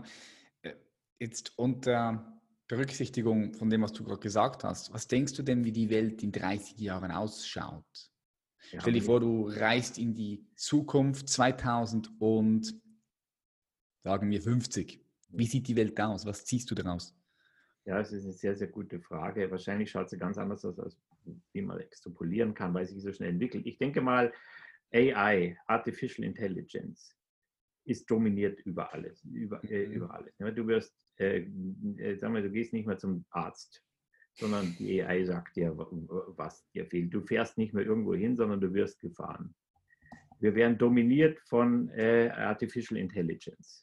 Jetzt unter Berücksichtigung von dem, was du gerade gesagt hast, was denkst du denn, wie die Welt in dreißig Jahren ausschaut? Ja, stell dir vor, du reist in die Zukunft zweitausend und sagen wir fünfzig. Wie sieht die Welt aus? Was ziehst du daraus? Ja, es ist eine sehr, sehr gute Frage. Wahrscheinlich schaut sie ganz anders aus, als wie man extrapolieren kann, weil sie sich so schnell entwickelt. Ich denke mal, A I, Artificial Intelligence, ist dominiert über alles. Über, äh, mhm. über alles. Du wirst, äh, äh, sagen wir, du gehst nicht mehr zum Arzt, sondern die A I sagt dir, was dir fehlt. Du fährst nicht mehr irgendwo hin, sondern du wirst gefahren. Wir werden dominiert von äh, Artificial Intelligence.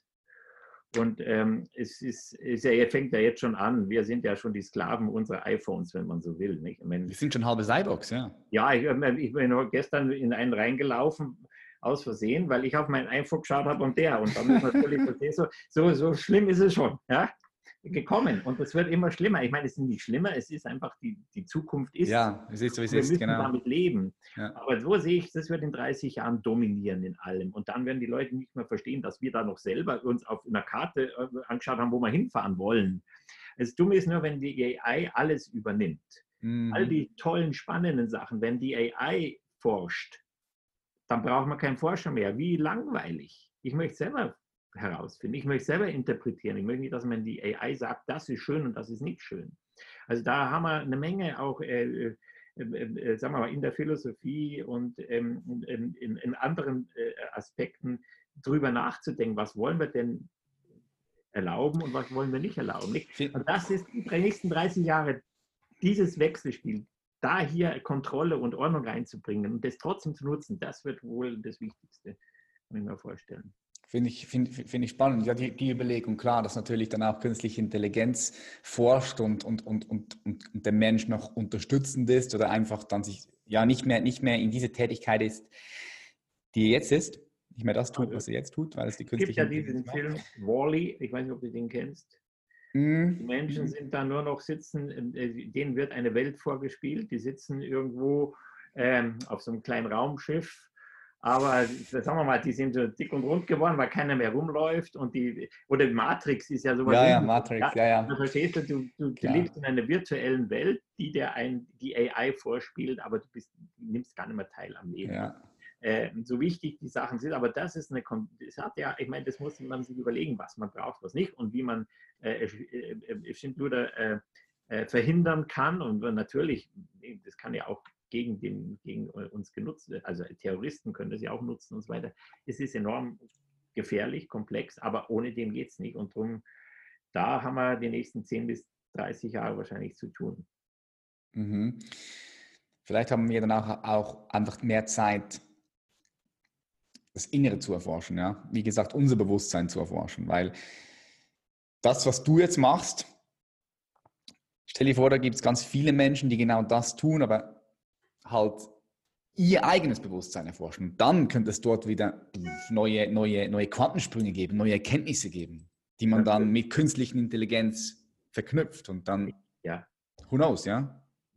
Und ähm, es ist, ist ja, fängt ja jetzt schon an. Wir sind ja schon die Sklaven unserer iPhones, wenn man so will. Nicht? Ich meine, wir sind schon halbe Cyborgs, ja. Ja, ich, ich bin gestern in einen reingelaufen, aus Versehen, weil ich auf mein iPhone geschaut habe und der. Und dann ist natürlich so, so, so schlimm ist es schon. Ja? Gekommen. Und es wird immer schlimmer. Ich meine, es ist nicht schlimmer, es ist einfach, die, die Zukunft ist. Ja, es ist so, wie es wir ist, müssen genau. damit leben. Ja. Aber so sehe ich, das wird in dreißig Jahren dominieren in allem. Und dann werden die Leute nicht mehr verstehen, dass wir da noch selber uns auf einer Karte angeschaut haben, wo wir hinfahren wollen. Das Dumme ist nur, wenn die A I alles übernimmt. Mhm. All die tollen, spannenden Sachen, wenn die A I forscht, dann braucht man keinen Forscher mehr. Wie langweilig. Ich möchte selber herausfinden. Ich möchte selber interpretieren. Ich möchte nicht, dass man die A I sagt, das ist schön und das ist nicht schön. Also da haben wir eine Menge auch, äh, äh, äh, sagen wir mal, in der Philosophie und ähm, in, in, in anderen äh, Aspekten drüber nachzudenken, was wollen wir denn erlauben und was wollen wir nicht erlauben. Nicht? Und das ist die nächsten dreißig Jahre, dieses Wechselspiel, da hier Kontrolle und Ordnung reinzubringen und das trotzdem zu nutzen, das wird wohl das Wichtigste, kann ich mir vorstellen. Finde ich, find, find ich spannend. Ja, die, die Überlegung, klar, dass natürlich dann auch künstliche Intelligenz forscht und, und, und, und, und der Mensch noch unterstützend ist oder einfach dann sich ja nicht mehr, nicht mehr in diese Tätigkeit ist, die er jetzt ist, nicht mehr das tut, was er jetzt tut, weil es die künstliche Intelligenz macht. Es gibt ja diesen Film Wall-E, ich weiß nicht, ob du den kennst. Mm. Die Menschen sind da nur noch sitzen, denen wird eine Welt vorgespielt, die sitzen irgendwo ähm, auf so einem kleinen Raumschiff. Aber sagen wir mal, die sind so dick und rund geworden, weil keiner mehr rumläuft. Und die, oder Matrix ist ja sowas. Ja, ja, Matrix, ja, ja. Du verstehst, du, du, du lebst in einer virtuellen Welt, die dir ein, die A I vorspielt, aber du, bist, du nimmst gar nicht mehr teil am Leben. Ja. Äh, so wichtig die Sachen sind, aber das ist eine, das hat ja, ich meine, das muss man sich überlegen, was man braucht, was nicht und wie man äh, äh, Schindluder äh, äh, verhindern kann. Und natürlich, das kann ja auch Gegen, den, gegen uns genutzt wird. Also Terroristen können das ja auch nutzen und so weiter. Es ist enorm gefährlich, komplex, aber ohne dem geht es nicht. Und darum, da haben wir die nächsten zehn bis dreißig Jahre wahrscheinlich zu tun. Mhm. Vielleicht haben wir dann auch, auch einfach mehr Zeit, das Innere zu erforschen. Ja? Wie gesagt, unser Bewusstsein zu erforschen. Weil das, was du jetzt machst, stell dir vor, da gibt es ganz viele Menschen, die genau das tun, aber halt ihr eigenes Bewusstsein erforschen. Und dann könnte es dort wieder neue, neue, neue Quantensprünge geben, neue Erkenntnisse geben, die man dann mit künstlicher Intelligenz verknüpft und dann, ja. who knows, ja?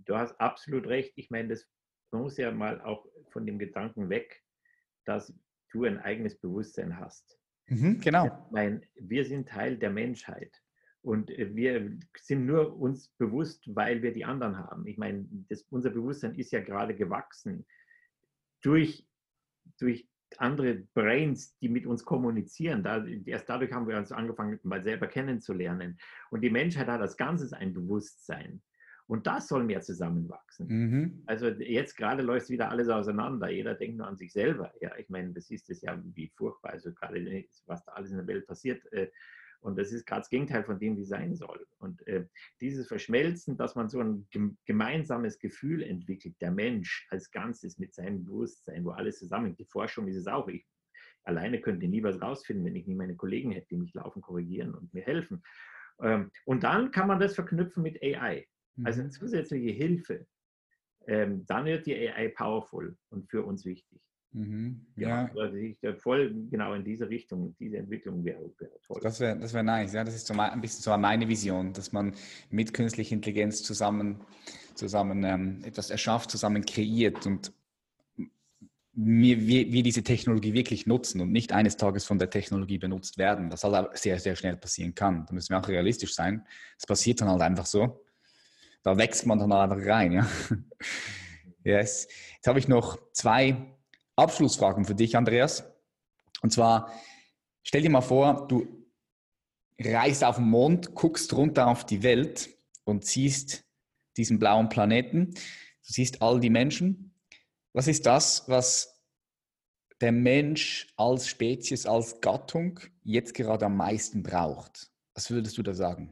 du hast absolut recht. Ich meine, das, man muss ja mal auch von dem Gedanken weg, dass du ein eigenes Bewusstsein hast. Mhm, genau. Ich meine, wir sind Teil der Menschheit und wir sind nur uns bewusst, weil wir die anderen haben. Ich meine, das, unser Bewusstsein ist ja gerade gewachsen durch, durch andere Brains, die mit uns kommunizieren. Da, erst dadurch haben wir uns angefangen, mal selber kennenzulernen. Und die Menschheit hat als Ganzes ein Bewusstsein. Und das soll mehr zusammenwachsen. Mhm. Also jetzt gerade läuft wieder alles auseinander. Jeder denkt nur an sich selber. Ja, ich meine, das ist es ja, wie furchtbar, also gerade was da alles in der Welt passiert. Und das ist gerade das Gegenteil von dem, wie es sein soll. Und äh, dieses Verschmelzen, dass man so ein gemeinsames Gefühl entwickelt, der Mensch als Ganzes mit seinem Bewusstsein, wo alles zusammenhängt. Die Forschung ist es auch. Ich alleine könnte nie was rausfinden, wenn ich nie meine Kollegen hätte, die mich laufen, korrigieren und mir helfen. Ähm, und dann kann man das verknüpfen mit A I. Also eine zusätzliche Hilfe. Ähm, dann wird die A I powerful und für uns wichtig. Mhm. Ja, Ja, also ich voll genau in diese Richtung, diese Entwicklung wäre, wäre toll. das wäre das wär nice. Ja, das ist so mein, ein bisschen so meine Vision, dass man mit künstlicher Intelligenz zusammen, zusammen ähm, etwas erschafft, zusammen kreiert und wir, wir, wir diese Technologie wirklich nutzen und nicht eines Tages von der Technologie benutzt werden, was halt sehr, sehr schnell passieren kann. Da müssen wir auch realistisch sein. Es passiert dann halt einfach so. Da wächst man dann einfach rein. Ja? Yes. Jetzt habe ich noch zwei Abschlussfragen für dich, Andreas. Und zwar, stell dir mal vor, du reist auf den Mond, guckst runter auf die Welt und siehst diesen blauen Planeten. Du siehst all die Menschen. Was ist das, was der Mensch als Spezies, als Gattung jetzt gerade am meisten braucht? Was würdest du da sagen?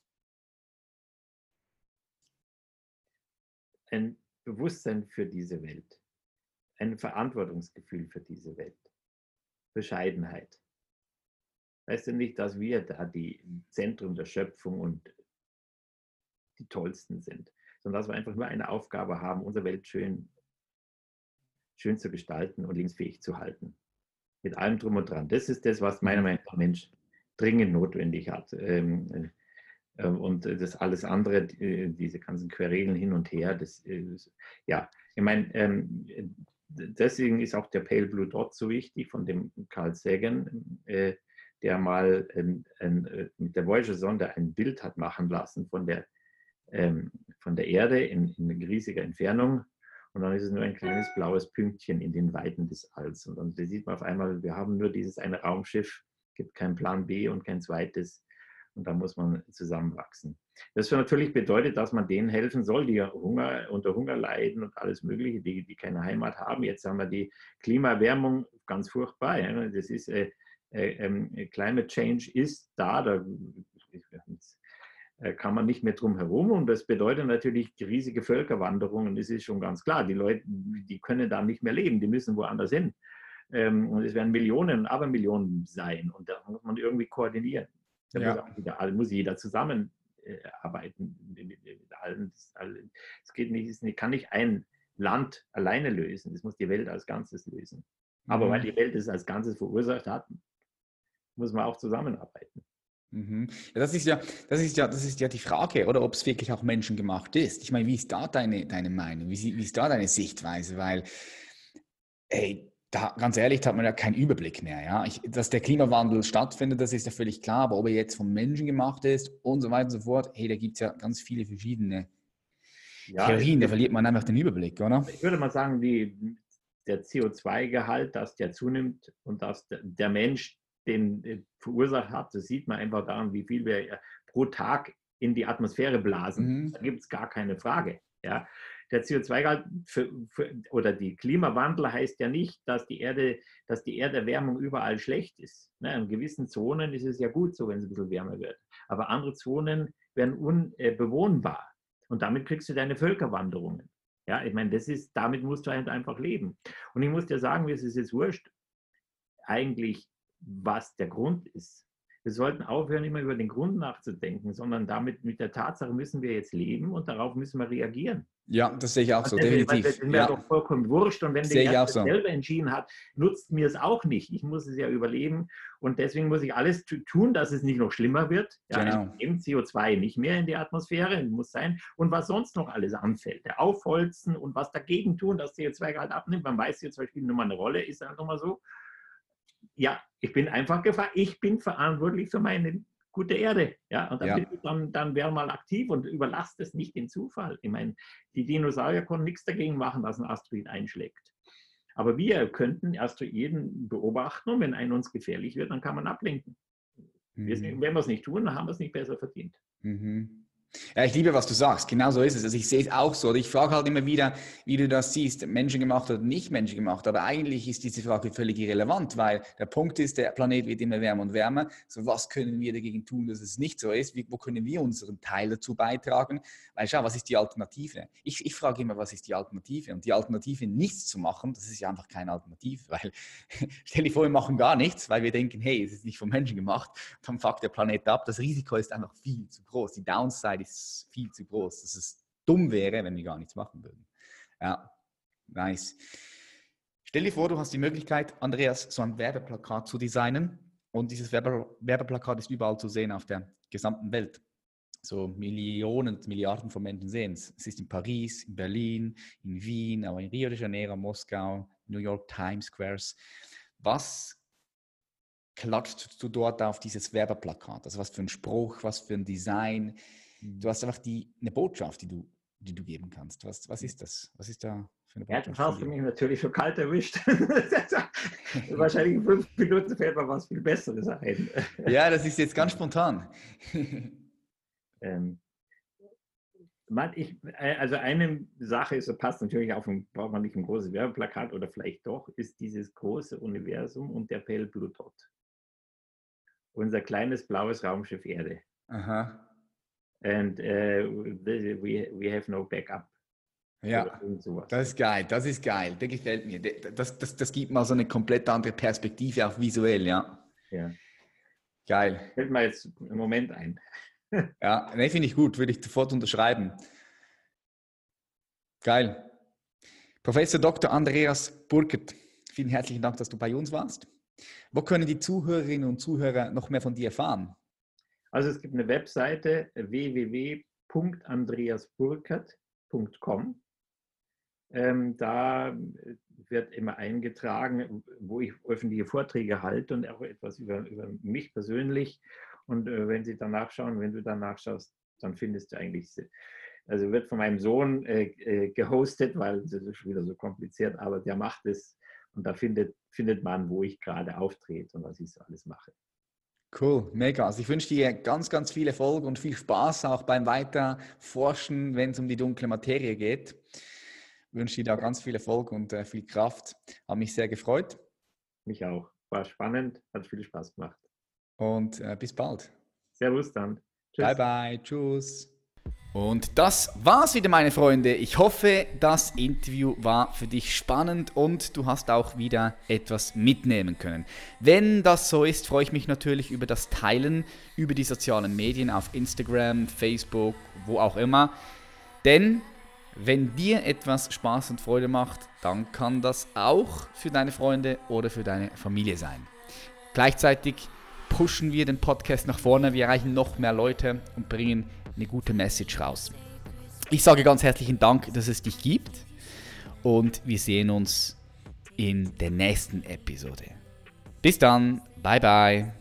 Ein Bewusstsein für diese Welt, ein Verantwortungsgefühl für diese Welt, Bescheidenheit. Weißt du nicht, dass wir da die Zentrum der Schöpfung und die Tollsten sind, sondern dass wir einfach nur eine Aufgabe haben, unsere Welt schön, schön zu gestalten und lebensfähig zu halten. Mit allem drum und dran. Das ist das, was meiner Mhm. Meinung nach der Mensch dringend notwendig hat. Ähm, äh, und das alles andere, diese ganzen Querelen hin und her, das ist, ja, ich meine, ähm, deswegen ist auch der Pale Blue Dot so wichtig von dem Carl Sagan, äh, der mal ähm, äh, mit der Voyager-Sonde ein Bild hat machen lassen von der, ähm, von der Erde in, in riesiger Entfernung. Und dann ist es nur ein kleines blaues Pünktchen in den Weiten des Alls. Und dann sieht man auf einmal, wir haben nur dieses eine Raumschiff, gibt keinen Plan B und kein zweites. Und da muss man zusammenwachsen. Das natürlich bedeutet, dass man denen helfen soll, die Hunger, unter Hunger leiden und alles Mögliche, die, die keine Heimat haben. Jetzt haben wir die Klimaerwärmung, ganz furchtbar. Ja. Das ist, äh, äh, Climate Change ist da, da kann man nicht mehr drum herum. Und das bedeutet natürlich riesige Völkerwanderungen. Das ist schon ganz klar. Die Leute, die können da nicht mehr leben, die müssen woanders hin. Und es werden Millionen, aber Millionen sein. Und da muss man irgendwie koordinieren. Da ja. muss, wieder, muss jeder zusammenarbeiten. Es geht nicht, es kann nicht ein Land alleine lösen. Das muss die Welt als Ganzes lösen. Aber mhm. weil die Welt es als Ganzes verursacht hat, muss man auch zusammenarbeiten. Mhm. Ja, das ist ja, das ist ja, das ist ja die Frage, oder ob es wirklich auch menschengemacht ist. Ich meine, wie ist da deine, deine Meinung? Wie, wie ist da deine Sichtweise? Weil, ey, da, ganz ehrlich, da hat man ja keinen Überblick mehr. Ja? Ich, dass der Klimawandel stattfindet, das ist ja völlig klar, aber ob er jetzt vom Menschen gemacht ist und so weiter und so fort, hey, da gibt es ja ganz viele verschiedene ja, Theorien, da verliert man einfach den Überblick, oder? Ich würde mal sagen, die, der C O zwei Gehalt, dass der zunimmt und dass der, der Mensch den verursacht hat, das sieht man einfach daran, wie viel wir pro Tag in die Atmosphäre blasen. Mhm. Da gibt es gar keine Frage. Ja. Der C O zwei Gehalt für, für, oder die Klimawandel heißt ja nicht, dass die Erde, dass die Erderwärmung überall schlecht ist. Ne, in gewissen Zonen ist es ja gut so, wenn es ein bisschen wärmer wird. Aber andere Zonen werden unbewohnbar. Und damit kriegst du deine Völkerwanderungen. Ja, ich meine, das ist, damit musst du halt einfach leben. Und ich muss dir sagen, es ist jetzt wurscht, eigentlich, was der Grund ist. Wir sollten aufhören, immer über den Grund nachzudenken, sondern damit mit der Tatsache müssen wir jetzt leben und darauf müssen wir reagieren. Ja, das sehe ich auch so, das, definitiv. Das ist mir ja. doch vollkommen wurscht. Und wenn Sehe der so. selber entschieden hat, nutzt mir es auch nicht. Ich muss es ja überleben. Und deswegen muss ich alles tun, dass es nicht noch schlimmer wird. Ja, genau. Eben C O zwei nicht mehr in die Atmosphäre, muss sein. Und was sonst noch alles anfällt. Der Aufholzen und was dagegen tun, dass C O zwei Gehalt abnimmt. Man weiß jetzt, spielt nur mal eine Rolle, ist einfach mal so. Ja, ich bin einfach gefragt. Ich bin verantwortlich für meine gute Erde, ja, und dann, ja. dann, dann wäre mal aktiv und überlasst es nicht dem Zufall. Ich meine, die Dinosaurier konnten nichts dagegen machen, dass ein Asteroid einschlägt. Aber wir könnten Asteroiden beobachten und wenn ein uns gefährlich wird, dann kann man ablenken. Mhm. Wir, wenn wir es nicht tun, dann haben wir es nicht besser verdient. Mhm. Ja, ich liebe, was du sagst. Genau so ist es. Also ich sehe es auch so. Ich frage halt immer wieder, wie du das siehst, menschengemacht oder nicht menschengemacht. Aber eigentlich ist diese Frage völlig irrelevant, weil der Punkt ist, der Planet wird immer wärmer und wärmer. So, was können wir dagegen tun, dass es nicht so ist? Wie, wo können wir unseren Teil dazu beitragen? Weil schau, was ist die Alternative? Ich, ich frage immer, was ist die Alternative? Und die Alternative, nichts zu machen, das ist ja einfach keine Alternative. Weil stell dir vor, wir machen gar nichts, weil wir denken, hey, es ist nicht vom Menschen gemacht. Dann fuckt der Planet ab. Das Risiko ist einfach viel zu groß. Die Downside ist viel zu groß, dass es dumm wäre, wenn wir gar nichts machen würden. Ja, nice. Stell dir vor, du hast die Möglichkeit, Andreas, so ein Werbeplakat zu designen und dieses Werbe- Werbeplakat ist überall zu sehen auf der gesamten Welt. So Millionen, Milliarden von Menschen sehen es. Es ist in Paris, in Berlin, in Wien, aber in Rio de Janeiro, Moskau, New York, Times Squares. Was klatscht du dort auf dieses Werbeplakat? Also was für ein Spruch, was für ein Design? Du hast einfach die, eine Botschaft, die du, die du geben kannst. Was, was ist das? Was ist da für eine Botschaft? Ja, das hast du mich natürlich schon kalt erwischt. Wahrscheinlich in fünf Minuten fällt mir was viel Besseres ein. Ja, das ist jetzt ganz spontan. ähm, man, ich, also eine Sache ist, so passt natürlich auf, ein, braucht man nicht ein großes Werbeplakat oder vielleicht doch, ist dieses große Universum und der Pale Blue Dot. Unser kleines blaues Raumschiff Erde. Aha. And uh, we, we have no backup. Ja, das ist geil, das ist geil, der gefällt mir. Das, das, das gibt mal so eine komplett andere Perspektive, auch visuell, ja. Ja. Geil. Fällt mir jetzt im Moment ein. Ja, ne, finde ich gut, würde ich sofort unterschreiben. Geil. Professor Doktor Andreas Burkert, vielen herzlichen Dank, dass du bei uns warst. Wo können die Zuhörerinnen und Zuhörer noch mehr von dir erfahren? Also es gibt eine Webseite w w w punkt andreas burkert punkt com. Ähm, da wird immer eingetragen, wo ich öffentliche Vorträge halte und auch etwas über, über mich persönlich. Und äh, wenn Sie danach schauen, wenn du danach schaust, dann findest du eigentlich, also wird von meinem Sohn äh, äh, gehostet, weil das ist schon wieder so kompliziert, aber der macht es und da findet, findet man, wo ich gerade auftrete und was ich so alles mache. Cool, mega. Also ich wünsche dir ganz, ganz viel Erfolg und viel Spaß auch beim Weiterforschen, wenn es um die dunkle Materie geht. Ich wünsche dir da ganz viel Erfolg und äh, viel Kraft. Hat mich sehr gefreut. Mich auch. War spannend, hat viel Spaß gemacht. Und äh, bis bald. Servus dann. Tschüss. Bye, bye. Tschüss. Und das war's wieder, meine Freunde. Ich hoffe, das Interview war für dich spannend und du hast auch wieder etwas mitnehmen können. Wenn das so ist, freue ich mich natürlich über das Teilen über die sozialen Medien auf Instagram, Facebook, wo auch immer. Denn wenn dir etwas Spaß und Freude macht, dann kann das auch für deine Freunde oder für deine Familie sein. Gleichzeitig pushen wir den Podcast nach vorne, wir erreichen noch mehr Leute und bringen eine gute Message raus. Ich sage ganz herzlichen Dank, dass es dich gibt und wir sehen uns in der nächsten Episode. Bis dann, bye bye.